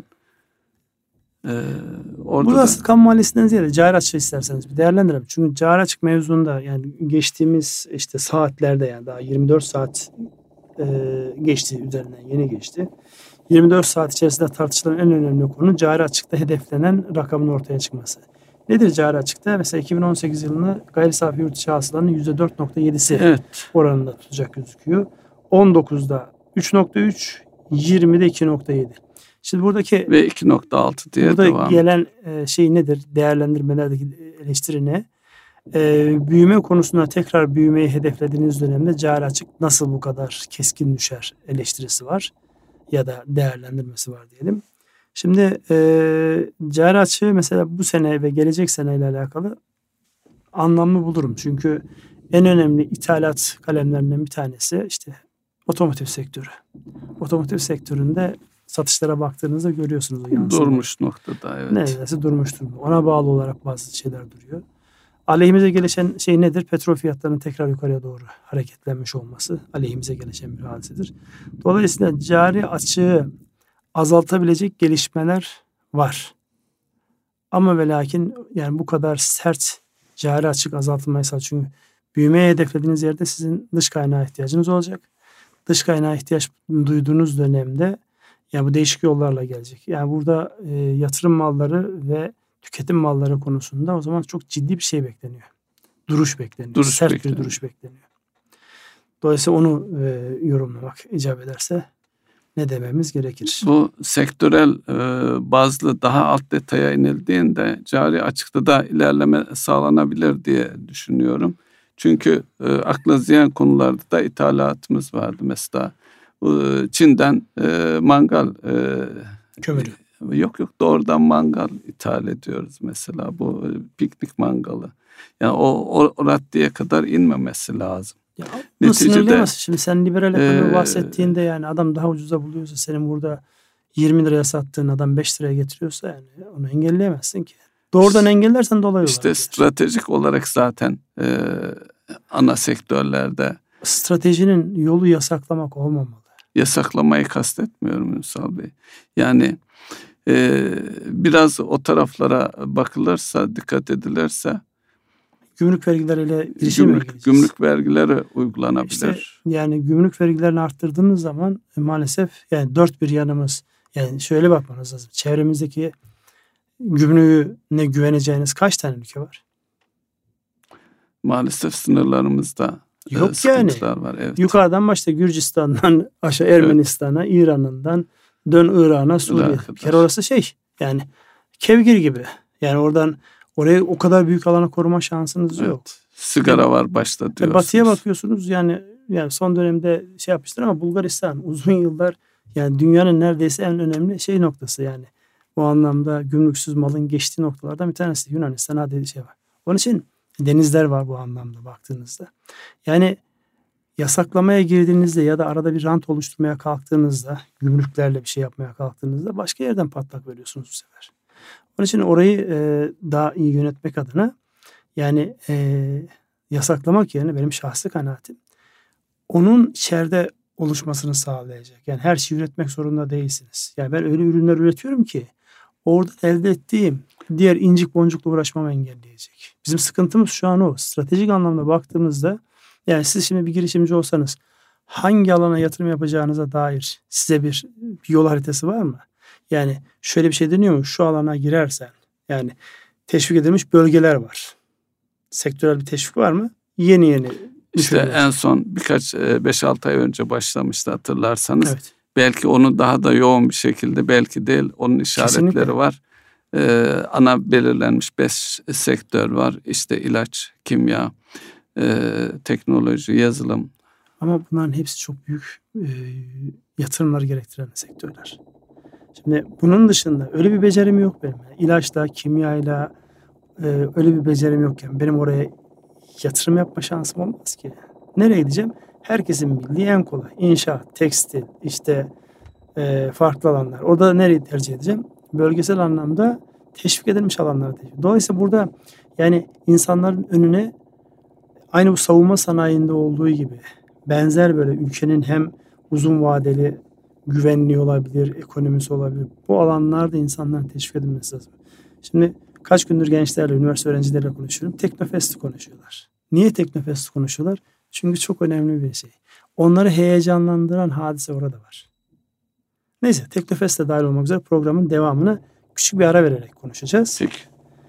e, orada Burada da... aslında kamu maliyesinden ziyade cari açığı isterseniz bir değerlendirelim. Çünkü cari açık mevzunda yani geçtiğimiz işte saatlerde yani daha yirmi dört saat e, geçti, üzerinden yeni geçti. yirmi dört saat içerisinde tartışılan en önemli konu cari açıkta hedeflenen rakamın ortaya çıkması. Nedir cari açıkta? Mesela iki bin on sekiz yılını gayri safi yurt içi hasılanın yüzde dört nokta yedisi evet. oranında tutacak gözüküyor. on dokuzda üç nokta üç, yirmide iki nokta yedi. Şimdi buradaki ve iki nokta altı diye burada devam. gelen şey nedir? Değerlendirmelerdeki eleştiri ne? Ee, büyüme konusunda tekrar büyümeyi hedeflediğiniz dönemde cari açık nasıl bu kadar keskin düşer eleştirisi var ya da değerlendirmesi var diyelim. Şimdi e, cari açığı mesela bu sene ve gelecek seneyle alakalı anlamlı bulurum. Çünkü en önemli ithalat kalemlerinden bir tanesi işte otomotiv sektörü. Otomotiv sektöründe satışlara baktığınızda görüyorsunuz o yansımayı. Durmuş noktada, evet. Neredeyse durmuş durumda. Ona bağlı olarak bazı şeyler duruyor. Aleyhimize gelişen şey nedir? Petrol fiyatlarının tekrar yukarıya doğru hareketlenmiş olması aleyhimize gelişen bir hadisedir. Dolayısıyla cari açığı azaltabilecek gelişmeler var. Ama ve lakin yani bu kadar sert cari açık azaltılmaysa, çünkü büyümeye hedeflediğiniz yerde sizin dış kaynağa ihtiyacınız olacak. Dış kaynağa ihtiyaç duyduğunuz dönemde yani bu değişik yollarla gelecek. Yani burada e, yatırım malları ve tüketim malları konusunda o zaman çok ciddi bir şey bekleniyor. Duruş bekleniyor. Duruş Sert bekleniyor. bir duruş bekleniyor. Dolayısıyla onu e, yorumlamak icap ederse ne dememiz gerekir? Bu sektörel e, bazlı daha alt detaya inildiğinde cari açıkta da ilerleme sağlanabilir diye düşünüyorum. Çünkü e, akla ziyan konularda da ithalatımız vardı. Mesela e, Çin'den e, mangal e, kömürü. Yok yok doğrudan mangal ithal ediyoruz mesela, bu e, piknik mangalı. Yani o, o, o raddeye kadar inmemesi lazım. Ya, neticede şimdi sen liberal ekonomi e, bahsettiğinde yani adam daha ucuza buluyorsa, senin burada yirmi liraya sattığın adam beş liraya getiriyorsa yani onu engelleyemezsin ki. Doğrudan işte, engellersen dolayı olarak. İşte stratejik gelir. Olarak zaten e, ana sektörlerde. Stratejinin yolu yasaklamak olmamalı. Yasaklamayı kastetmiyorum Ünsal Bey. Yani e, biraz o taraflara bakılırsa, dikkat edilirse. Gümrük vergileriyle girişime gümrük, gireceğiz. Gümrük vergileri uygulanabilir. İşte yani gümrük vergilerini arttırdığımız zaman e, maalesef yani dört bir yanımız, yani şöyle bakmanız lazım. Çevremizdeki gümrüğüne güveneceğiniz kaç tane ülke var? Maalesef sınırlarımızda yok e, sıkıntılar yani. var. Evet. Yukarıdan başta Gürcistan'dan aşağı Ermenistan'a, evet. İran'ından dön Irak'a, Suriye. Bir kere orası şey yani kevgir gibi. Yani oradan Oraya o kadar büyük alana koruma şansınız Evet. yok. Sigara Yani, var başta diyorsunuz. Batıya bakıyorsunuz yani yani son dönemde şey yapmıştır ama Bulgaristan uzun yıllar yani dünyanın neredeyse en önemli şey noktası yani. Bu anlamda gümrüksüz malın geçtiği noktalardan bir tanesi. Yunanistan hadi şey var. Onun için denizler var bu anlamda baktığınızda. Yani yasaklamaya girdiğinizde ya da arada bir rant oluşturmaya kalktığınızda, gümrüklerle bir şey yapmaya kalktığınızda başka yerden patlak veriyorsunuz bu sefer. Onun için orayı e, daha iyi yönetmek adına yani e, yasaklamak yerine benim şahsi kanaatim onun içeride oluşmasını sağlayacak. Yani her şeyi üretmek zorunda değilsiniz. Yani ben öyle ürünler üretiyorum ki orada elde ettiğim diğer incik boncukla uğraşmamı engelleyecek. Bizim sıkıntımız şu an o. Stratejik anlamda baktığımızda yani siz şimdi bir girişimci olsanız hangi alana yatırım yapacağınıza dair size bir, bir yol haritası var mı? Yani şöyle bir şey deniyor mu? Şu alana girersen yani teşvik edilmiş bölgeler var. Sektörel bir teşvik var mı? Yeni yeni. İşte en son birkaç beş altı ay önce başlamıştı hatırlarsanız. Evet. Belki onu daha da yoğun bir şekilde belki değil onun işaretleri Kesinlikle. Var. Ee, ana belirlenmiş beş sektör var. İşte ilaç, kimya, e, teknoloji, yazılım. Ama bunların hepsi çok büyük e, yatırımlar gerektiren sektörler. Şimdi bunun dışında öyle bir becerim yok benim. İlaçla, kimyayla e, öyle bir becerim yokken benim oraya yatırım yapma şansım olmaz ki. Nereye gideceğim? Herkesin bildiği en kolay. İnşaat, tekstil, işte e, farklı alanlar. Orada nereyi tercih edeceğim? Bölgesel anlamda teşvik edilmiş alanları tercih. Dolayısıyla burada yani insanların önüne aynı bu savunma sanayinde olduğu gibi benzer böyle ülkenin hem uzun vadeli güvenliği olabilir, ekonomisi olabilir. Bu alanlarda insanların teşvik edilmesi lazım. Şimdi kaç gündür gençlerle, üniversite öğrencileriyle konuşuyorum. Teknofest'i konuşuyorlar. Niye Teknofest'i konuşuyorlar? Çünkü çok önemli bir şey. Onları heyecanlandıran hadise orada var. Neyse Teknofest'e dahil olmak üzere programın devamını küçük bir ara vererek konuşacağız. Peki.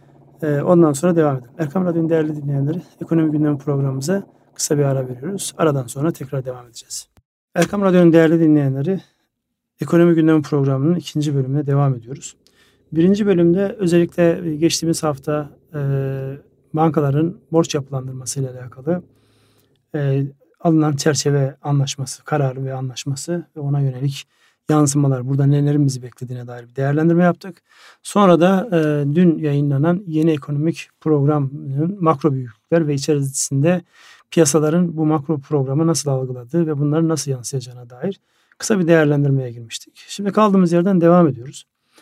Ee, ondan sonra devam edelim. Erkam Radyo'nun değerli dinleyenleri, Ekonomi Gündemi programımıza kısa bir ara veriyoruz. Aradan sonra tekrar devam edeceğiz. Erkam Radyo'nun değerli dinleyenleri, Ekonomi Gündemi programının ikinci bölümüne devam ediyoruz. Birinci bölümde özellikle geçtiğimiz hafta e, bankaların borç yapılandırması ile alakalı e, alınan çerçeve anlaşması, kararı ve anlaşması ve ona yönelik yansımalar, burada nelerin bizi beklediğine dair bir değerlendirme yaptık. Sonra da e, dün yayınlanan yeni ekonomik programın makro büyüklükler ve içerisinde piyasaların bu makro programı nasıl algıladığı ve bunların nasıl yansıyacağına dair kısa bir değerlendirmeye girmiştik. Şimdi kaldığımız yerden devam ediyoruz.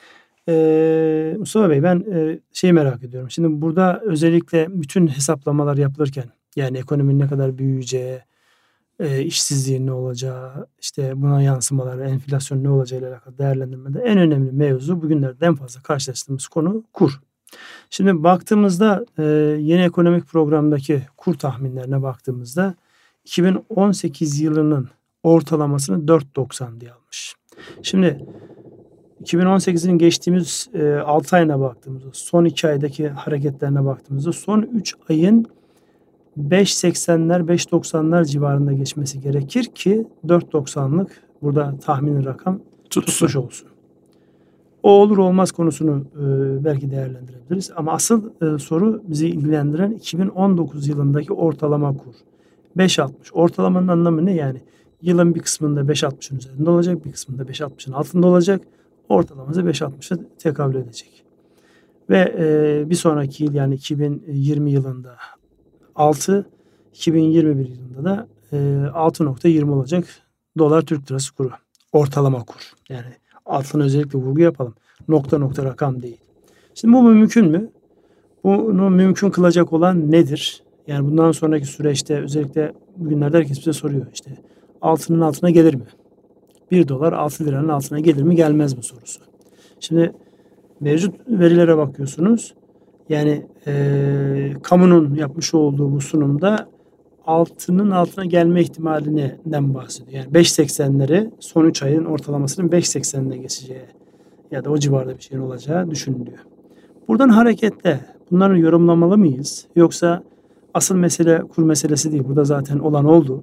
Ee, Mustafa Bey ben e, şeyi merak ediyorum. Şimdi burada özellikle bütün hesaplamalar yapılırken yani ekonominin ne kadar büyüyeceği, e, işsizliğin ne olacağı, işte buna yansımaları, enflasyon ne olacağı ile alakalı değerlendirmede en önemli mevzu bugünlerde en fazla karşılaştığımız konu kur. Şimdi baktığımızda e, yeni ekonomik programdaki kur tahminlerine baktığımızda iki bin on sekiz yılının ortalamasını dört virgül doksan diye almış. Şimdi iki bin on sekizin geçtiğimiz e, altı ayına baktığımızda, son iki aydaki hareketlerine baktığımızda son üç ayın beş virgül seksenler beş virgül doksanlar civarında geçmesi gerekir ki dört virgül doksanlık burada tahmini rakam tutmuş olsun. O olur olmaz konusunu e, belki değerlendirebiliriz. Ama asıl e, soru bizi ilgilendiren iki bin on dokuz yılındaki ortalama kur. beş virgül altmış. Ortalamanın anlamı ne yani? Yılın bir kısmında beş virgül altmışın üzerinde olacak, bir kısmında beş virgül altmışın altında olacak. Ortalaması beş virgül altmışa tekabül edecek. Ve e, bir sonraki yıl yani iki bin yirmi yılında altı, iki bin yirmi bir yılında da e, altı virgül yirmi olacak dolar Türk lirası kuru. Ortalama kur. Yani altına özellikle vurgu yapalım. Nokta nokta rakam değil. Şimdi bu mümkün mü? Bunu mümkün kılacak olan nedir? Yani bundan sonraki süreçte özellikle bugünlerde herkes bize soruyor. İşte altının altına gelir mi? bir dolar altı liranın altına gelir mi gelmez mi sorusu. Şimdi mevcut verilere bakıyorsunuz. Yani e, kamunun yapmış olduğu bu sunumda altının altına gelme ihtimalinden bahsediyor. Yani beş virgül seksenleri son üç ayın ortalamasının beş virgül seksenine geçeceği ya da o civarda bir şeyin olacağı düşünülüyor. Buradan hareketle bunları yorumlamalı mıyız? Yoksa asıl mesele kur meselesi değil. Burada zaten olan oldu.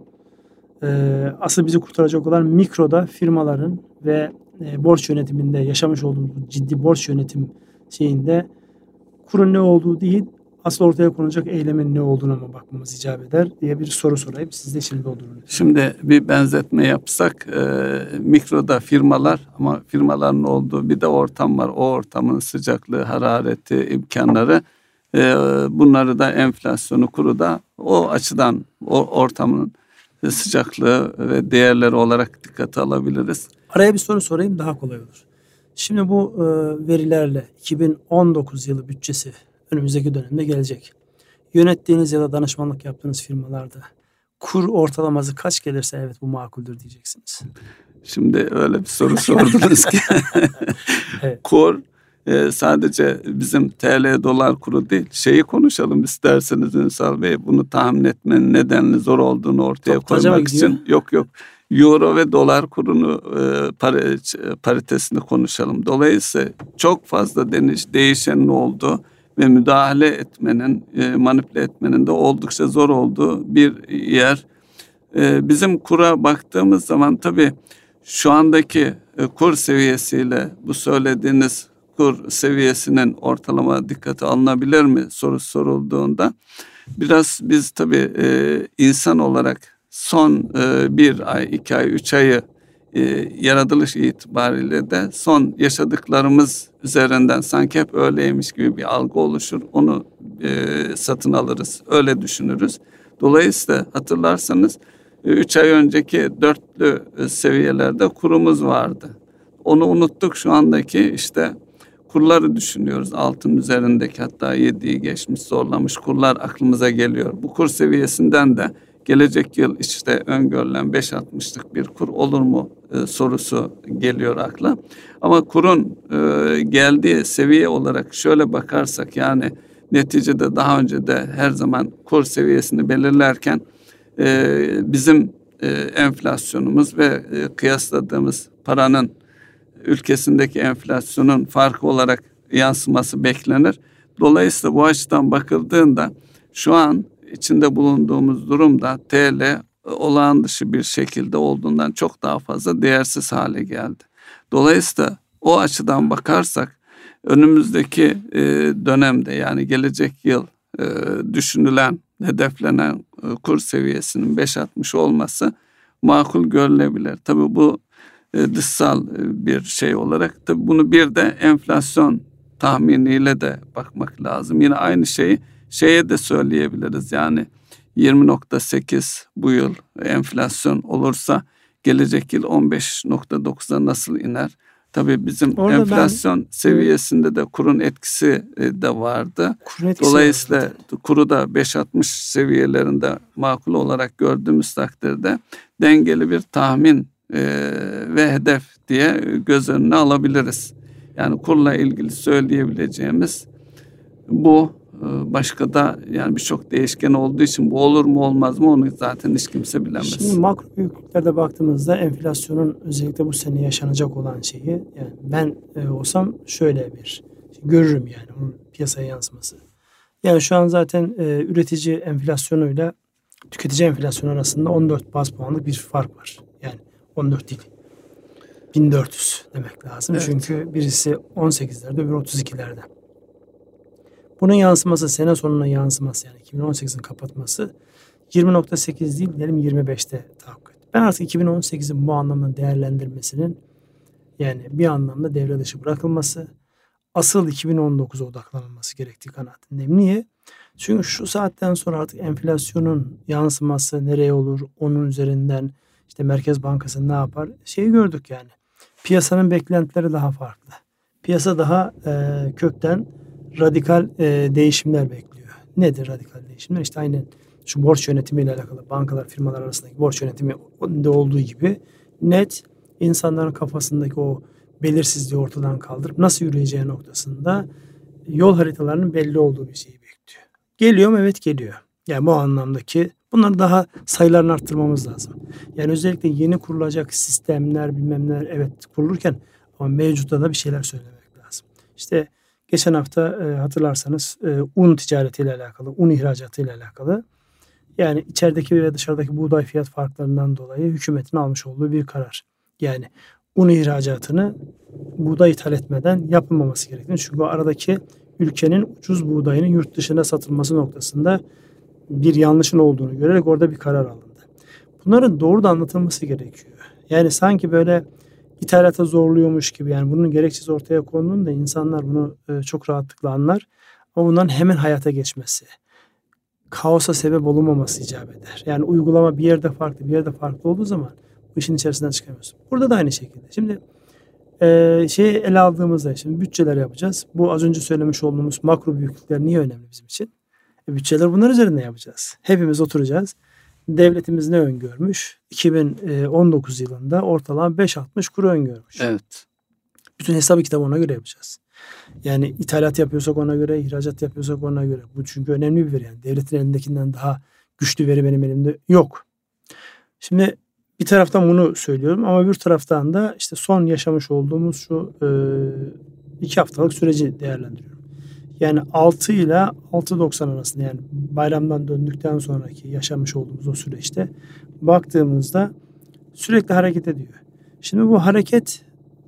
Ee, asıl bizi kurtaracak olan mikroda firmaların ve e, borç yönetiminde yaşamış olduğumuz ciddi borç yönetim şeyinde kurun ne olduğu değil, asıl ortaya konacak eylemin ne olduğuna mı bakmamız icap eder diye bir soru sorayım. Siz de şimdi doldurun. Şimdi bir benzetme yapsak, e, mikroda firmalar ama firmaların olduğu bir de ortam var. O ortamın sıcaklığı, harareti, imkanları, e, bunları da enflasyonu, kuru da o açıdan o ortamın sıcaklığı ve değerleri olarak dikkate alabiliriz. Araya bir soru sorayım, daha kolay olur. Şimdi bu e, verilerle iki bin on dokuz yılı bütçesi önümüzdeki dönemde gelecek. Yönettiğiniz ya da danışmanlık yaptığınız firmalarda kur ortalaması kaç gelirse evet bu makuldür diyeceksiniz. Şimdi öyle bir soru sordunuz ki evet. Kur e, sadece bizim T L dolar kuru değil. Şeyi konuşalım isterseniz Ünsal Bey, bunu tahmin etmenin nedenli zor olduğunu ortaya Çok koymak için. Yok yok. Euro ve dolar kurunu e, pari, paritesini konuşalım. Dolayısıyla çok fazla deniş, değişenin olduğu ve müdahale etmenin, e, manipüle etmenin de oldukça zor olduğu bir yer. E, bizim kura baktığımız zaman tabii şu andaki e, kur seviyesiyle bu söylediğiniz kur seviyesinin ortalama dikkate alınabilir mi sorusu sorulduğunda biraz biz tabii e, insan olarak son e, bir ay, iki ay, üç ayı e, yaratılış itibariyle de son yaşadıklarımız üzerinden sanki hep öyleymiş gibi bir algı oluşur. Onu e, satın alırız, öyle düşünürüz. Dolayısıyla hatırlarsanız üç ay önceki dörtlü seviyelerde kurumuz vardı. Onu unuttuk, şu andaki işte kurları düşünüyoruz. Altın üzerindeki, hatta yediği geçmiş zorlamış kurlar aklımıza geliyor. Bu kur seviyesinden de gelecek yıl işte öngörülen beş altmışlık bir kur olur mu e, sorusu geliyor akla. Ama kurun e, geldiği seviye olarak şöyle bakarsak, yani neticede daha önce de her zaman kur seviyesini belirlerken e, bizim e, enflasyonumuz ve e, kıyasladığımız paranın ülkesindeki enflasyonun farkı olarak yansıması beklenir. Dolayısıyla bu açıdan bakıldığında şu an içinde bulunduğumuz durumda T L olağan dışı bir şekilde olduğundan çok daha fazla değersiz hale geldi. Dolayısıyla o açıdan bakarsak önümüzdeki e, dönemde, yani gelecek yıl e, düşünülen, hedeflenen e, kur seviyesinin beş altmış olması makul görülebilir. Tabii bu e, dışsal e, bir şey olarak, tabii bunu bir de enflasyon tahminiyle de bakmak lazım. Yine aynı şeyi şeye de söyleyebiliriz, yani yirmi nokta sekiz bu yıl enflasyon olursa gelecek yıl on beş nokta dokuza nasıl iner? Tabii bizim Orada enflasyon ben, seviyesinde de kurun etkisi de vardı. Etkisi Dolayısıyla vardı. Kuru da beş altmış seviyelerinde makul olarak gördüğümüz takdirde dengeli bir tahmin e, ve hedef diye göz önüne alabiliriz. Yani kurla ilgili söyleyebileceğimiz bu. Başka da yani birçok değişken olduğu için bu olur mu olmaz mı onu zaten hiç kimse bilemez. Şimdi makro büyüklüklerde baktığımızda enflasyonun özellikle bu sene yaşanacak olan şeyi, yani ben e, olsam şöyle bir şey görürüm, yani onun piyasaya yansıması. Yani şu an zaten e, üretici enflasyonuyla tüketici enflasyonu arasında on dört baz puanlık bir fark var. Yani on dört değil, bin dört yüz demek lazım. Evet. Çünkü birisi on sekizlerde öbürü otuz ikilerde. Bunun yansıması, sene sonuna yansıması, yani iki bin on sekizin kapatması yirmi nokta sekiz değil diyelim yirmi beşte tahakkuk etti. Ben artık iki bin on sekizin bu anlamda değerlendirmesinin, yani bir anlamda devre dışı bırakılması, asıl iki bin on dokuza odaklanılması gerektiği kanaatindeyim. Niye? Çünkü şu saatten sonra artık enflasyonun yansıması nereye olur, onun üzerinden işte Merkez Bankası ne yapar şeyi gördük yani. Piyasanın beklentileri daha farklı. Piyasa daha e, kökten radikal e, değişimler bekliyor. Nedir radikal değişimler? İşte aynen şu borç yönetimiyle alakalı, bankalar, firmalar arasındaki borç yönetiminde olduğu gibi net insanların kafasındaki o belirsizliği ortadan kaldırıp nasıl yürüyeceği noktasında yol haritalarının belli olduğu bir şeyi bekliyor. Geliyor mu? Evet geliyor. Yani bu anlamdaki bunları daha sayılarını arttırmamız lazım. Yani özellikle yeni kurulacak sistemler bilmem neler evet kurulurken ama mevcutta da bir şeyler söylemek lazım. İşte geçen hafta e, hatırlarsanız e, un ticaretiyle alakalı, un ihracatıyla alakalı, yani içerideki ve dışarıdaki buğday fiyat farklarından dolayı hükümetin almış olduğu bir karar. Yani un ihracatını buğday ithal etmeden yapılmaması gerektiğini, çünkü aradaki ülkenin ucuz buğdayının yurt dışına satılması noktasında bir yanlışın olduğunu görerek orada bir karar alındı. Bunların doğru da anlatılması gerekiyor. Yani sanki böyle ithalata zorluyormuş gibi, yani bunun gerekçesi ortaya konduğunda insanlar bunu çok rahatlıkla anlar. Ama bunların hemen hayata geçmesi, kaosa sebep olunmaması icap eder. Yani uygulama bir yerde farklı, bir yerde farklı olduğu zaman bu işin içerisinden çıkamıyorsun. Burada da aynı şekilde. Şimdi e, şeyi ele aldığımızda, şimdi bütçeler yapacağız. Bu az önce söylemiş olduğumuz makro büyüklükler niye önemli bizim için? E, bütçeler bunlar üzerinde yapacağız. Hepimiz oturacağız. Devletimiz ne öngörmüş? iki bin on dokuz yılında ortalama beş altmış kuru öngörmüş. Evet. Bütün hesabı kitabı ona göre yapacağız. Yani ithalat yapıyorsak ona göre, ihracat yapıyorsak ona göre. Bu çünkü önemli bir veri. Yani devletin elindekinden daha güçlü veri benim elimde yok. Şimdi bir taraftan bunu söylüyorum ama bir taraftan da işte son yaşamış olduğumuz şu e, iki haftalık süreci değerlendiriyorum. Yani altı ile altı doksan arasında, yani bayramdan döndükten sonraki yaşamış olduğumuz o süreçte baktığımızda sürekli hareket ediyor. Şimdi bu hareket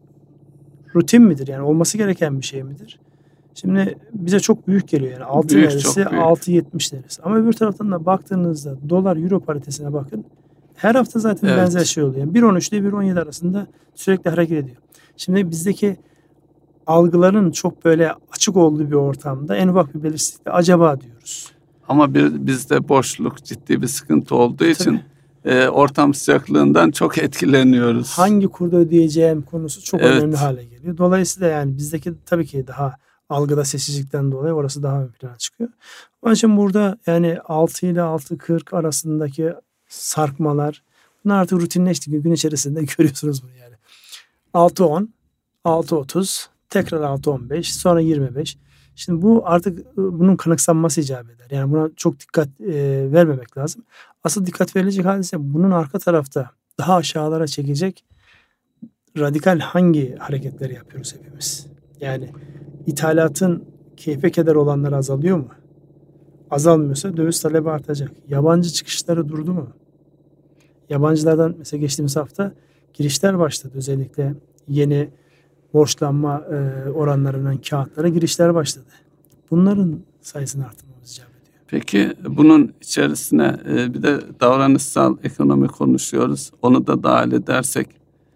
rutin midir? Yani olması gereken bir şey midir? Şimdi bize çok büyük geliyor. Yani altı neresi, altı yetmiş neresi. Ama öbür taraftan da baktığınızda dolar euro paritesine bakın. Her hafta zaten evet, benzer şey oluyor. Yani bir on üç ile bir on yedi arasında sürekli hareket ediyor. Şimdi bizdeki algıların çok böyle açık olduğu bir ortamda en ufak bir belirsizlikle acaba diyoruz. Ama bir, bizde boşluk ciddi bir sıkıntı olduğu Tabii. için e, ortam sıcaklığından çok etkileniyoruz. Hangi kurda ödeyeceğim konusu çok evet. önemli hale geliyor. Dolayısıyla yani bizdeki tabii ki daha algıda seçicilikten dolayı orası daha ön plana çıkıyor. Onun için burada yani altı ile altı kırk arasındaki sarkmalar, bunlar artık rutinleşti. Gün içerisinde görüyorsunuz bunu yani. altı on, altı otuz, tekrar altı on beş, sonra yirmi beş. Şimdi bu artık bunun kanıksanması icap eder. Yani buna çok dikkat e, vermemek lazım. Asıl dikkat verilecek hadise bunun arka tarafta daha aşağılara çekecek radikal hangi hareketleri yapıyoruz hepimiz? Yani ithalatın keyfe keder olanları azalıyor mu? Azalmıyorsa döviz talebi artacak. Yabancı çıkışları durdu mu? Yabancılardan mesela geçtiğimiz hafta girişler başladı. Özellikle yeni borçlanma e, oranlarından kağıtlara girişler başladı. Bunların sayısını artırmamız icap ediyor. Peki bunun içerisine e, bir de davranışsal ekonomi konuşuyoruz. Onu da dahil edersek,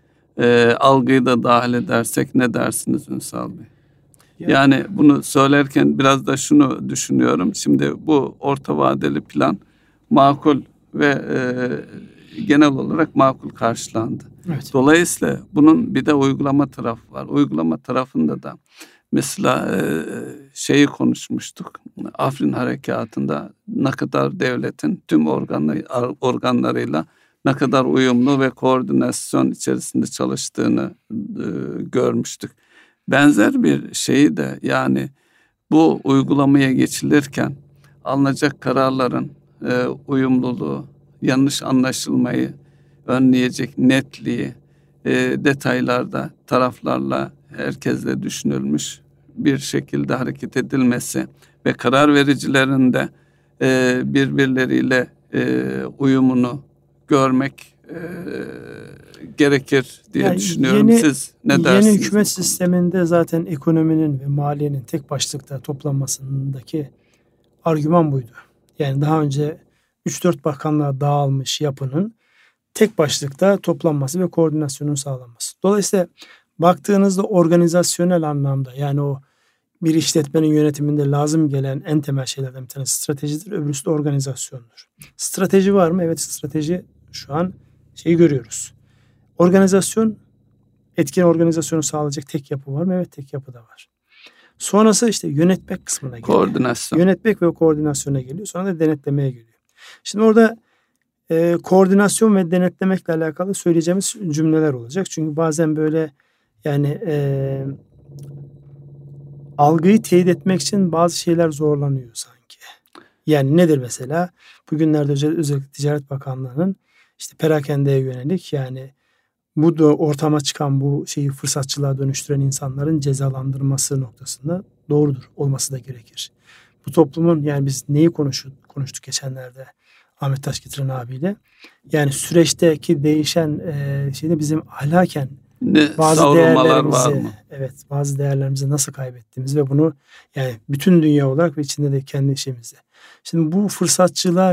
e, algıyı da dahil edersek ne dersiniz Ünsal Bey? Yani, yani bunu söylerken biraz da şunu düşünüyorum. Şimdi bu orta vadeli plan makul ve e, genel olarak makul karşılandı. Evet. Dolayısıyla bunun bir de uygulama tarafı var. Uygulama tarafında da mesela e, şeyi konuşmuştuk. Afrin Harekatı'nda ne kadar devletin tüm organları, organlarıyla ne kadar uyumlu ve koordinasyon içerisinde çalıştığını e, görmüştük. Benzer bir şeyi de yani bu uygulamaya geçilirken alınacak kararların e, uyumluluğu, yanlış anlaşılmayı önleyecek netliği, e, detaylarda taraflarla herkesle düşünülmüş bir şekilde hareket edilmesi ve karar vericilerin de e, birbirleriyle e, uyumunu görmek e, gerekir diye yani düşünüyorum. Yeni, Siz ne dersiniz? Yeni hükümet sisteminde zaten ekonominin ve maliyenin tek başlıkta toplanmasındaki argüman buydu. Yani daha önce üç dört bakanlığa dağılmış yapının tek başlıkta toplanması ve koordinasyonun sağlanması. Dolayısıyla baktığınızda organizasyonel anlamda, yani o bir işletmenin yönetiminde lazım gelen en temel şeylerden bir tanesi stratejidir. Öbürüsü de organizasyondur. Strateji var mı? Evet, strateji şu an şeyi görüyoruz. Organizasyon, etkin organizasyonu sağlayacak tek yapı var mı? Evet, tek yapı da var. Sonrası işte yönetmek kısmına geliyor. Koordinasyon. Yönetmek ve koordinasyona geliyor. Sonra da denetlemeye geliyor. Şimdi orada e, koordinasyon ve denetlemekle alakalı söyleyeceğimiz cümleler olacak. Çünkü bazen böyle yani e, algıyı teyit etmek için bazı şeyler zorlanıyor sanki. Yani nedir mesela? Bugünlerde özel, özellikle Ticaret Bakanlığı'nın işte perakendeye yönelik, yani bu da ortama çıkan bu şeyi fırsatçılığa dönüştüren insanların cezalandırması noktasında doğrudur. Olması da gerekir. Bu toplumun, yani biz neyi konuştuk, konuştuk geçenlerde Ahmet Taşgetiren abiyle. Yani süreçteki değişen e, şeyde bizim ahlaken ne bazı savrulmalar var mı? Evet, bazı değerlerimizi nasıl kaybettiğimiz ve bunu yani bütün dünya olarak ve içinde de kendi işimizde. Şimdi bu fırsatçılığa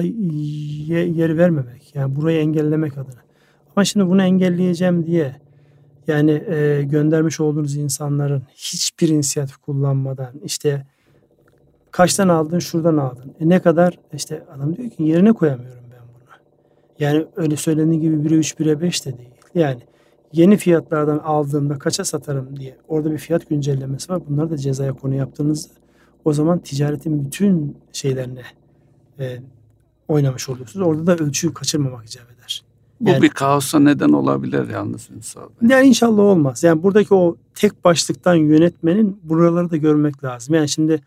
yer vermemek, yani burayı engellemek adına. Ama şimdi bunu engelleyeceğim diye yani e, göndermiş olduğunuz insanların hiçbir inisiyatif kullanmadan işte kaçtan aldın, şuradan aldın. E ne kadar? İşte adam diyor ki yerine koyamıyorum ben bunu. Yani öyle söylendiği gibi bire üç, bire beş de değil. Yani yeni fiyatlardan aldığımda kaça satarım diye orada bir fiyat güncellemesi var. Bunları da cezaya konu yaptığınızda o zaman ticaretin bütün şeylerine e, oynamış oluyorsunuz. Orada da ölçüyü kaçırmamak icap eder. Yani, bu bir kaosa neden olabilir yalnız Ünsal Bey. Yani inşallah olmaz. Yani buradaki o tek başlıktan yönetmenin buraları da görmek lazım. Yani şimdi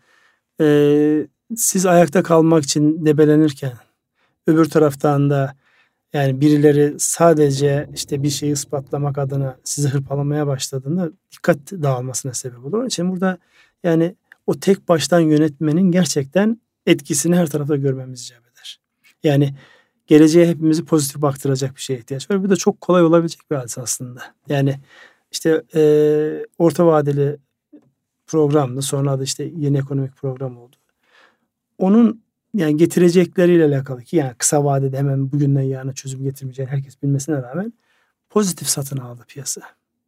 e, siz ayakta kalmak için debelenirken öbür taraftan da yani birileri sadece işte bir şeyi ispatlamak adına sizi hırpalamaya başladığında dikkat dağılmasına sebep olur. Onun için burada yani o tek baştan yönetmenin gerçekten etkisini her tarafta görmemiz icap eder. Yani geleceğe hepimizi pozitif baktıracak bir şeye ihtiyaç var. Bu da çok kolay olabilecek bir hadise aslında. Yani işte e, orta vadeli programdı. Sonra da işte yeni ekonomik program oldu. Onun yani getirecekleriyle alakalı ki yani kısa vadede hemen bugünden yarına çözüm getirmeyeceğini herkes bilmesine rağmen pozitif satın aldı piyasa.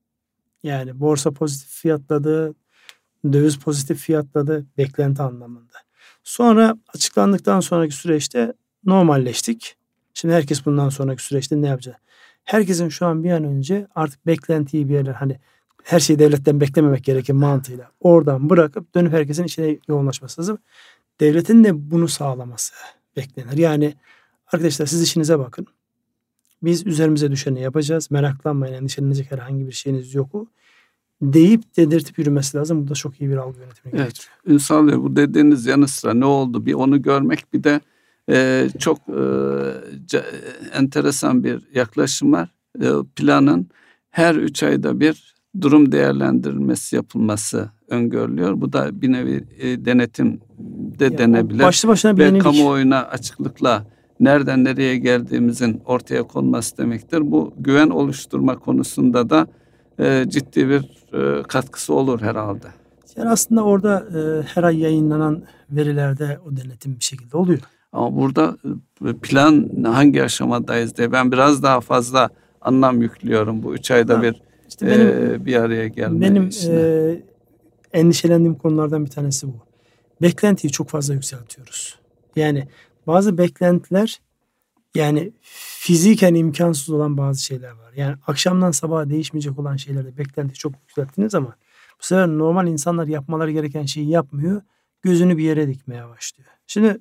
Yani borsa pozitif fiyatladı, döviz pozitif fiyatladı beklenti anlamında. Sonra açıklandıktan sonraki süreçte normalleştik. Şimdi herkes bundan sonraki süreçte ne yapacak? Herkesin şu an bir an önce artık beklentiyi bir yerler hani her şeyi devletten beklememek gerekir mantığıyla oradan bırakıp dönüp herkesin içine yoğunlaşması lazım. Devletin de bunu sağlaması beklenir. Yani arkadaşlar siz işinize bakın. Biz üzerimize düşeni yapacağız. Meraklanmayın, endişelenecek herhangi bir şeyiniz yok. Deyip dedirtip yürümesi lazım. Bu da çok iyi bir algı yönetimi evet. gerekiyor. Ünsal Bey bu dediğiniz yanı sıra ne oldu? Bir onu görmek bir de e, çok e, c- enteresan bir yaklaşım var. E, planın her üç ayda bir durum değerlendirilmesi yapılması öngörülüyor. Bu da bir nevi e, denetim de yani denebilir. Başlı başına bir ve yenilik. Kamuoyuna açıklıkla nereden nereye geldiğimizin ortaya konması demektir. Bu güven oluşturma konusunda da e, ciddi bir e, katkısı olur herhalde. Yani aslında orada e, her ay yayınlanan verilerde o denetim bir şekilde oluyor. Ama burada e, plan hangi aşamadayız diye ben biraz daha fazla anlam yüklüyorum bu üç ayda ha, bir işte benim, e, bir araya gelme benim işine. E, endişelendiğim konulardan bir tanesi bu. Beklentiyi çok fazla yükseltiyoruz. Yani bazı beklentiler yani fiziken imkansız olan bazı şeyler var. Yani akşamdan sabaha değişmeyecek olan şeylerde beklenti çok yükselttiniz ama bu sefer normal insanlar yapmaları gereken şeyi yapmıyor. Gözünü bir yere dikmeye başlıyor. Şimdi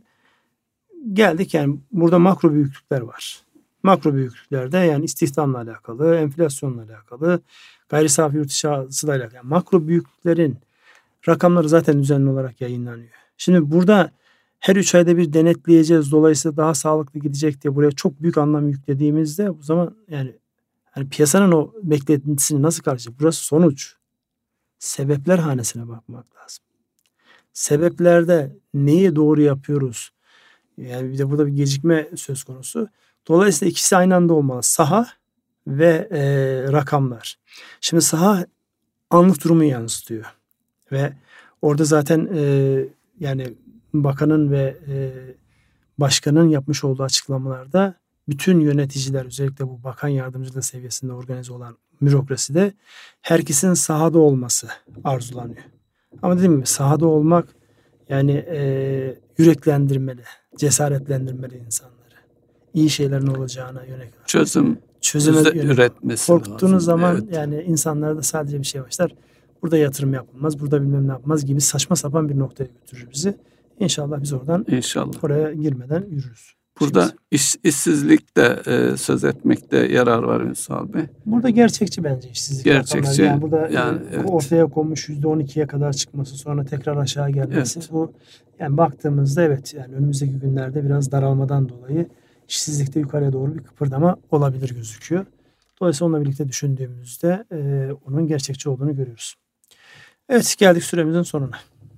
geldik yani burada makro büyüklükler var. Makro büyüklüklerde yani istihdamla alakalı, enflasyonla alakalı, gayri safi yurt içi hasılayla alakalı. Yani makro büyüklüklerin rakamları zaten düzenli olarak yayınlanıyor. Şimdi burada her üç ayda bir denetleyeceğiz. Dolayısıyla daha sağlıklı gidecek diye buraya çok büyük anlam yüklediğimizde o zaman yani, yani piyasanın o beklentisini nasıl karşılayacak? Burası sonuç. Sebepler hanesine bakmak lazım. Sebeplerde neyi doğru yapıyoruz? Yani bir de burada bir gecikme söz konusu. Dolayısıyla ikisi aynı anda olmalı. Saha ve e, rakamlar. Şimdi saha anlık durumu yansıtıyor. Ve orada zaten e, yani bakanın ve e, başkanın yapmış olduğu açıklamalarda bütün yöneticiler özellikle bu bakan yardımcılığı seviyesinde organize olan bürokraside herkesin sahada olması arzulanıyor. Ama dediğim gibi sahada olmak yani e, yüreklendirmeli, cesaretlendirmeli insanları. İyi şeylerin olacağına yönelik. Çözüm, çözüme üretmesi korktuğunuz lazım. zaman evet. yani insanlarda sadece bir şey başlar. Burada yatırım yapılmaz, burada bilmem ne yapmaz gibi saçma sapan bir noktaya götürür bizi. İnşallah biz oradan İnşallah. oraya girmeden yürürüz. Burada iş, işsizlik de e, söz etmekte yarar var Ünsal Bey. Burada gerçekçi bence işsizlik. Gerçekçi. Yani burada yani, e, evet. ortaya konmuş yüzde on ikiye kadar çıkması sonra tekrar aşağı gelmesi. Evet. Bu yani baktığımızda evet yani önümüzdeki günlerde biraz daralmadan dolayı işsizlikte yukarıya doğru bir kıpırdama olabilir gözüküyor. Dolayısıyla onunla birlikte düşündüğümüzde e, onun gerçekçi olduğunu görüyoruz. Evet geldik süremizin sonuna.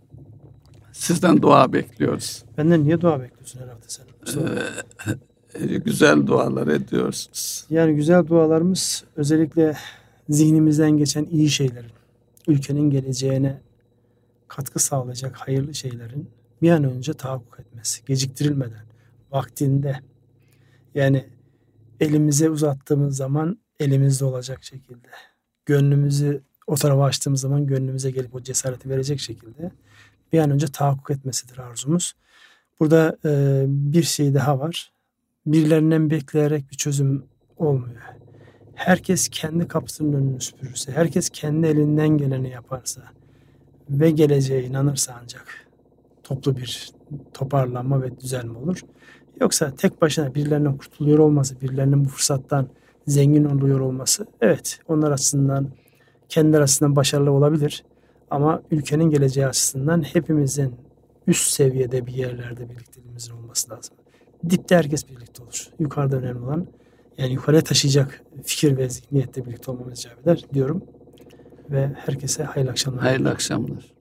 Sizden dua bekliyoruz. Benden niye dua bekliyorsun her hafta sen? Ee, güzel dualar ediyorsunuz. Yani güzel dualarımız özellikle zihnimizden geçen iyi şeylerin, ülkenin geleceğine katkı sağlayacak hayırlı şeylerin bir an önce tahakkuk etmesi, geciktirilmeden, vaktinde. Yani elimize uzattığımız zaman elimizde olacak şekilde, gönlümüzü o tarafa açtığımız zaman gönlümüze gelip o cesareti verecek şekilde bir an önce tahakkuk etmesidir arzumuz. Burada e, bir şey daha var. Birilerinden bekleyerek bir çözüm olmuyor. Herkes kendi kapısının önünü süpürürse, herkes kendi elinden geleni yaparsa ve geleceğe inanırsa ancak toplu bir toparlanma ve düzelme olur. Yoksa tek başına birilerinden kurtuluyor olması, birilerinin bu fırsattan zengin oluyor olması, evet onlar açısından, kendi açısından başarılı olabilir. Ama ülkenin geleceği açısından hepimizin üst seviyede bir yerlerde birlikteliğimizin olması lazım. Dipte herkes birlikte olur. Yukarıda önemli olan, yani yukarıya taşıyacak fikir ve zihniyette birlikte olmamız icap eder diyorum. Ve herkese hayırlı akşamlar. Hayırlı akşamlar.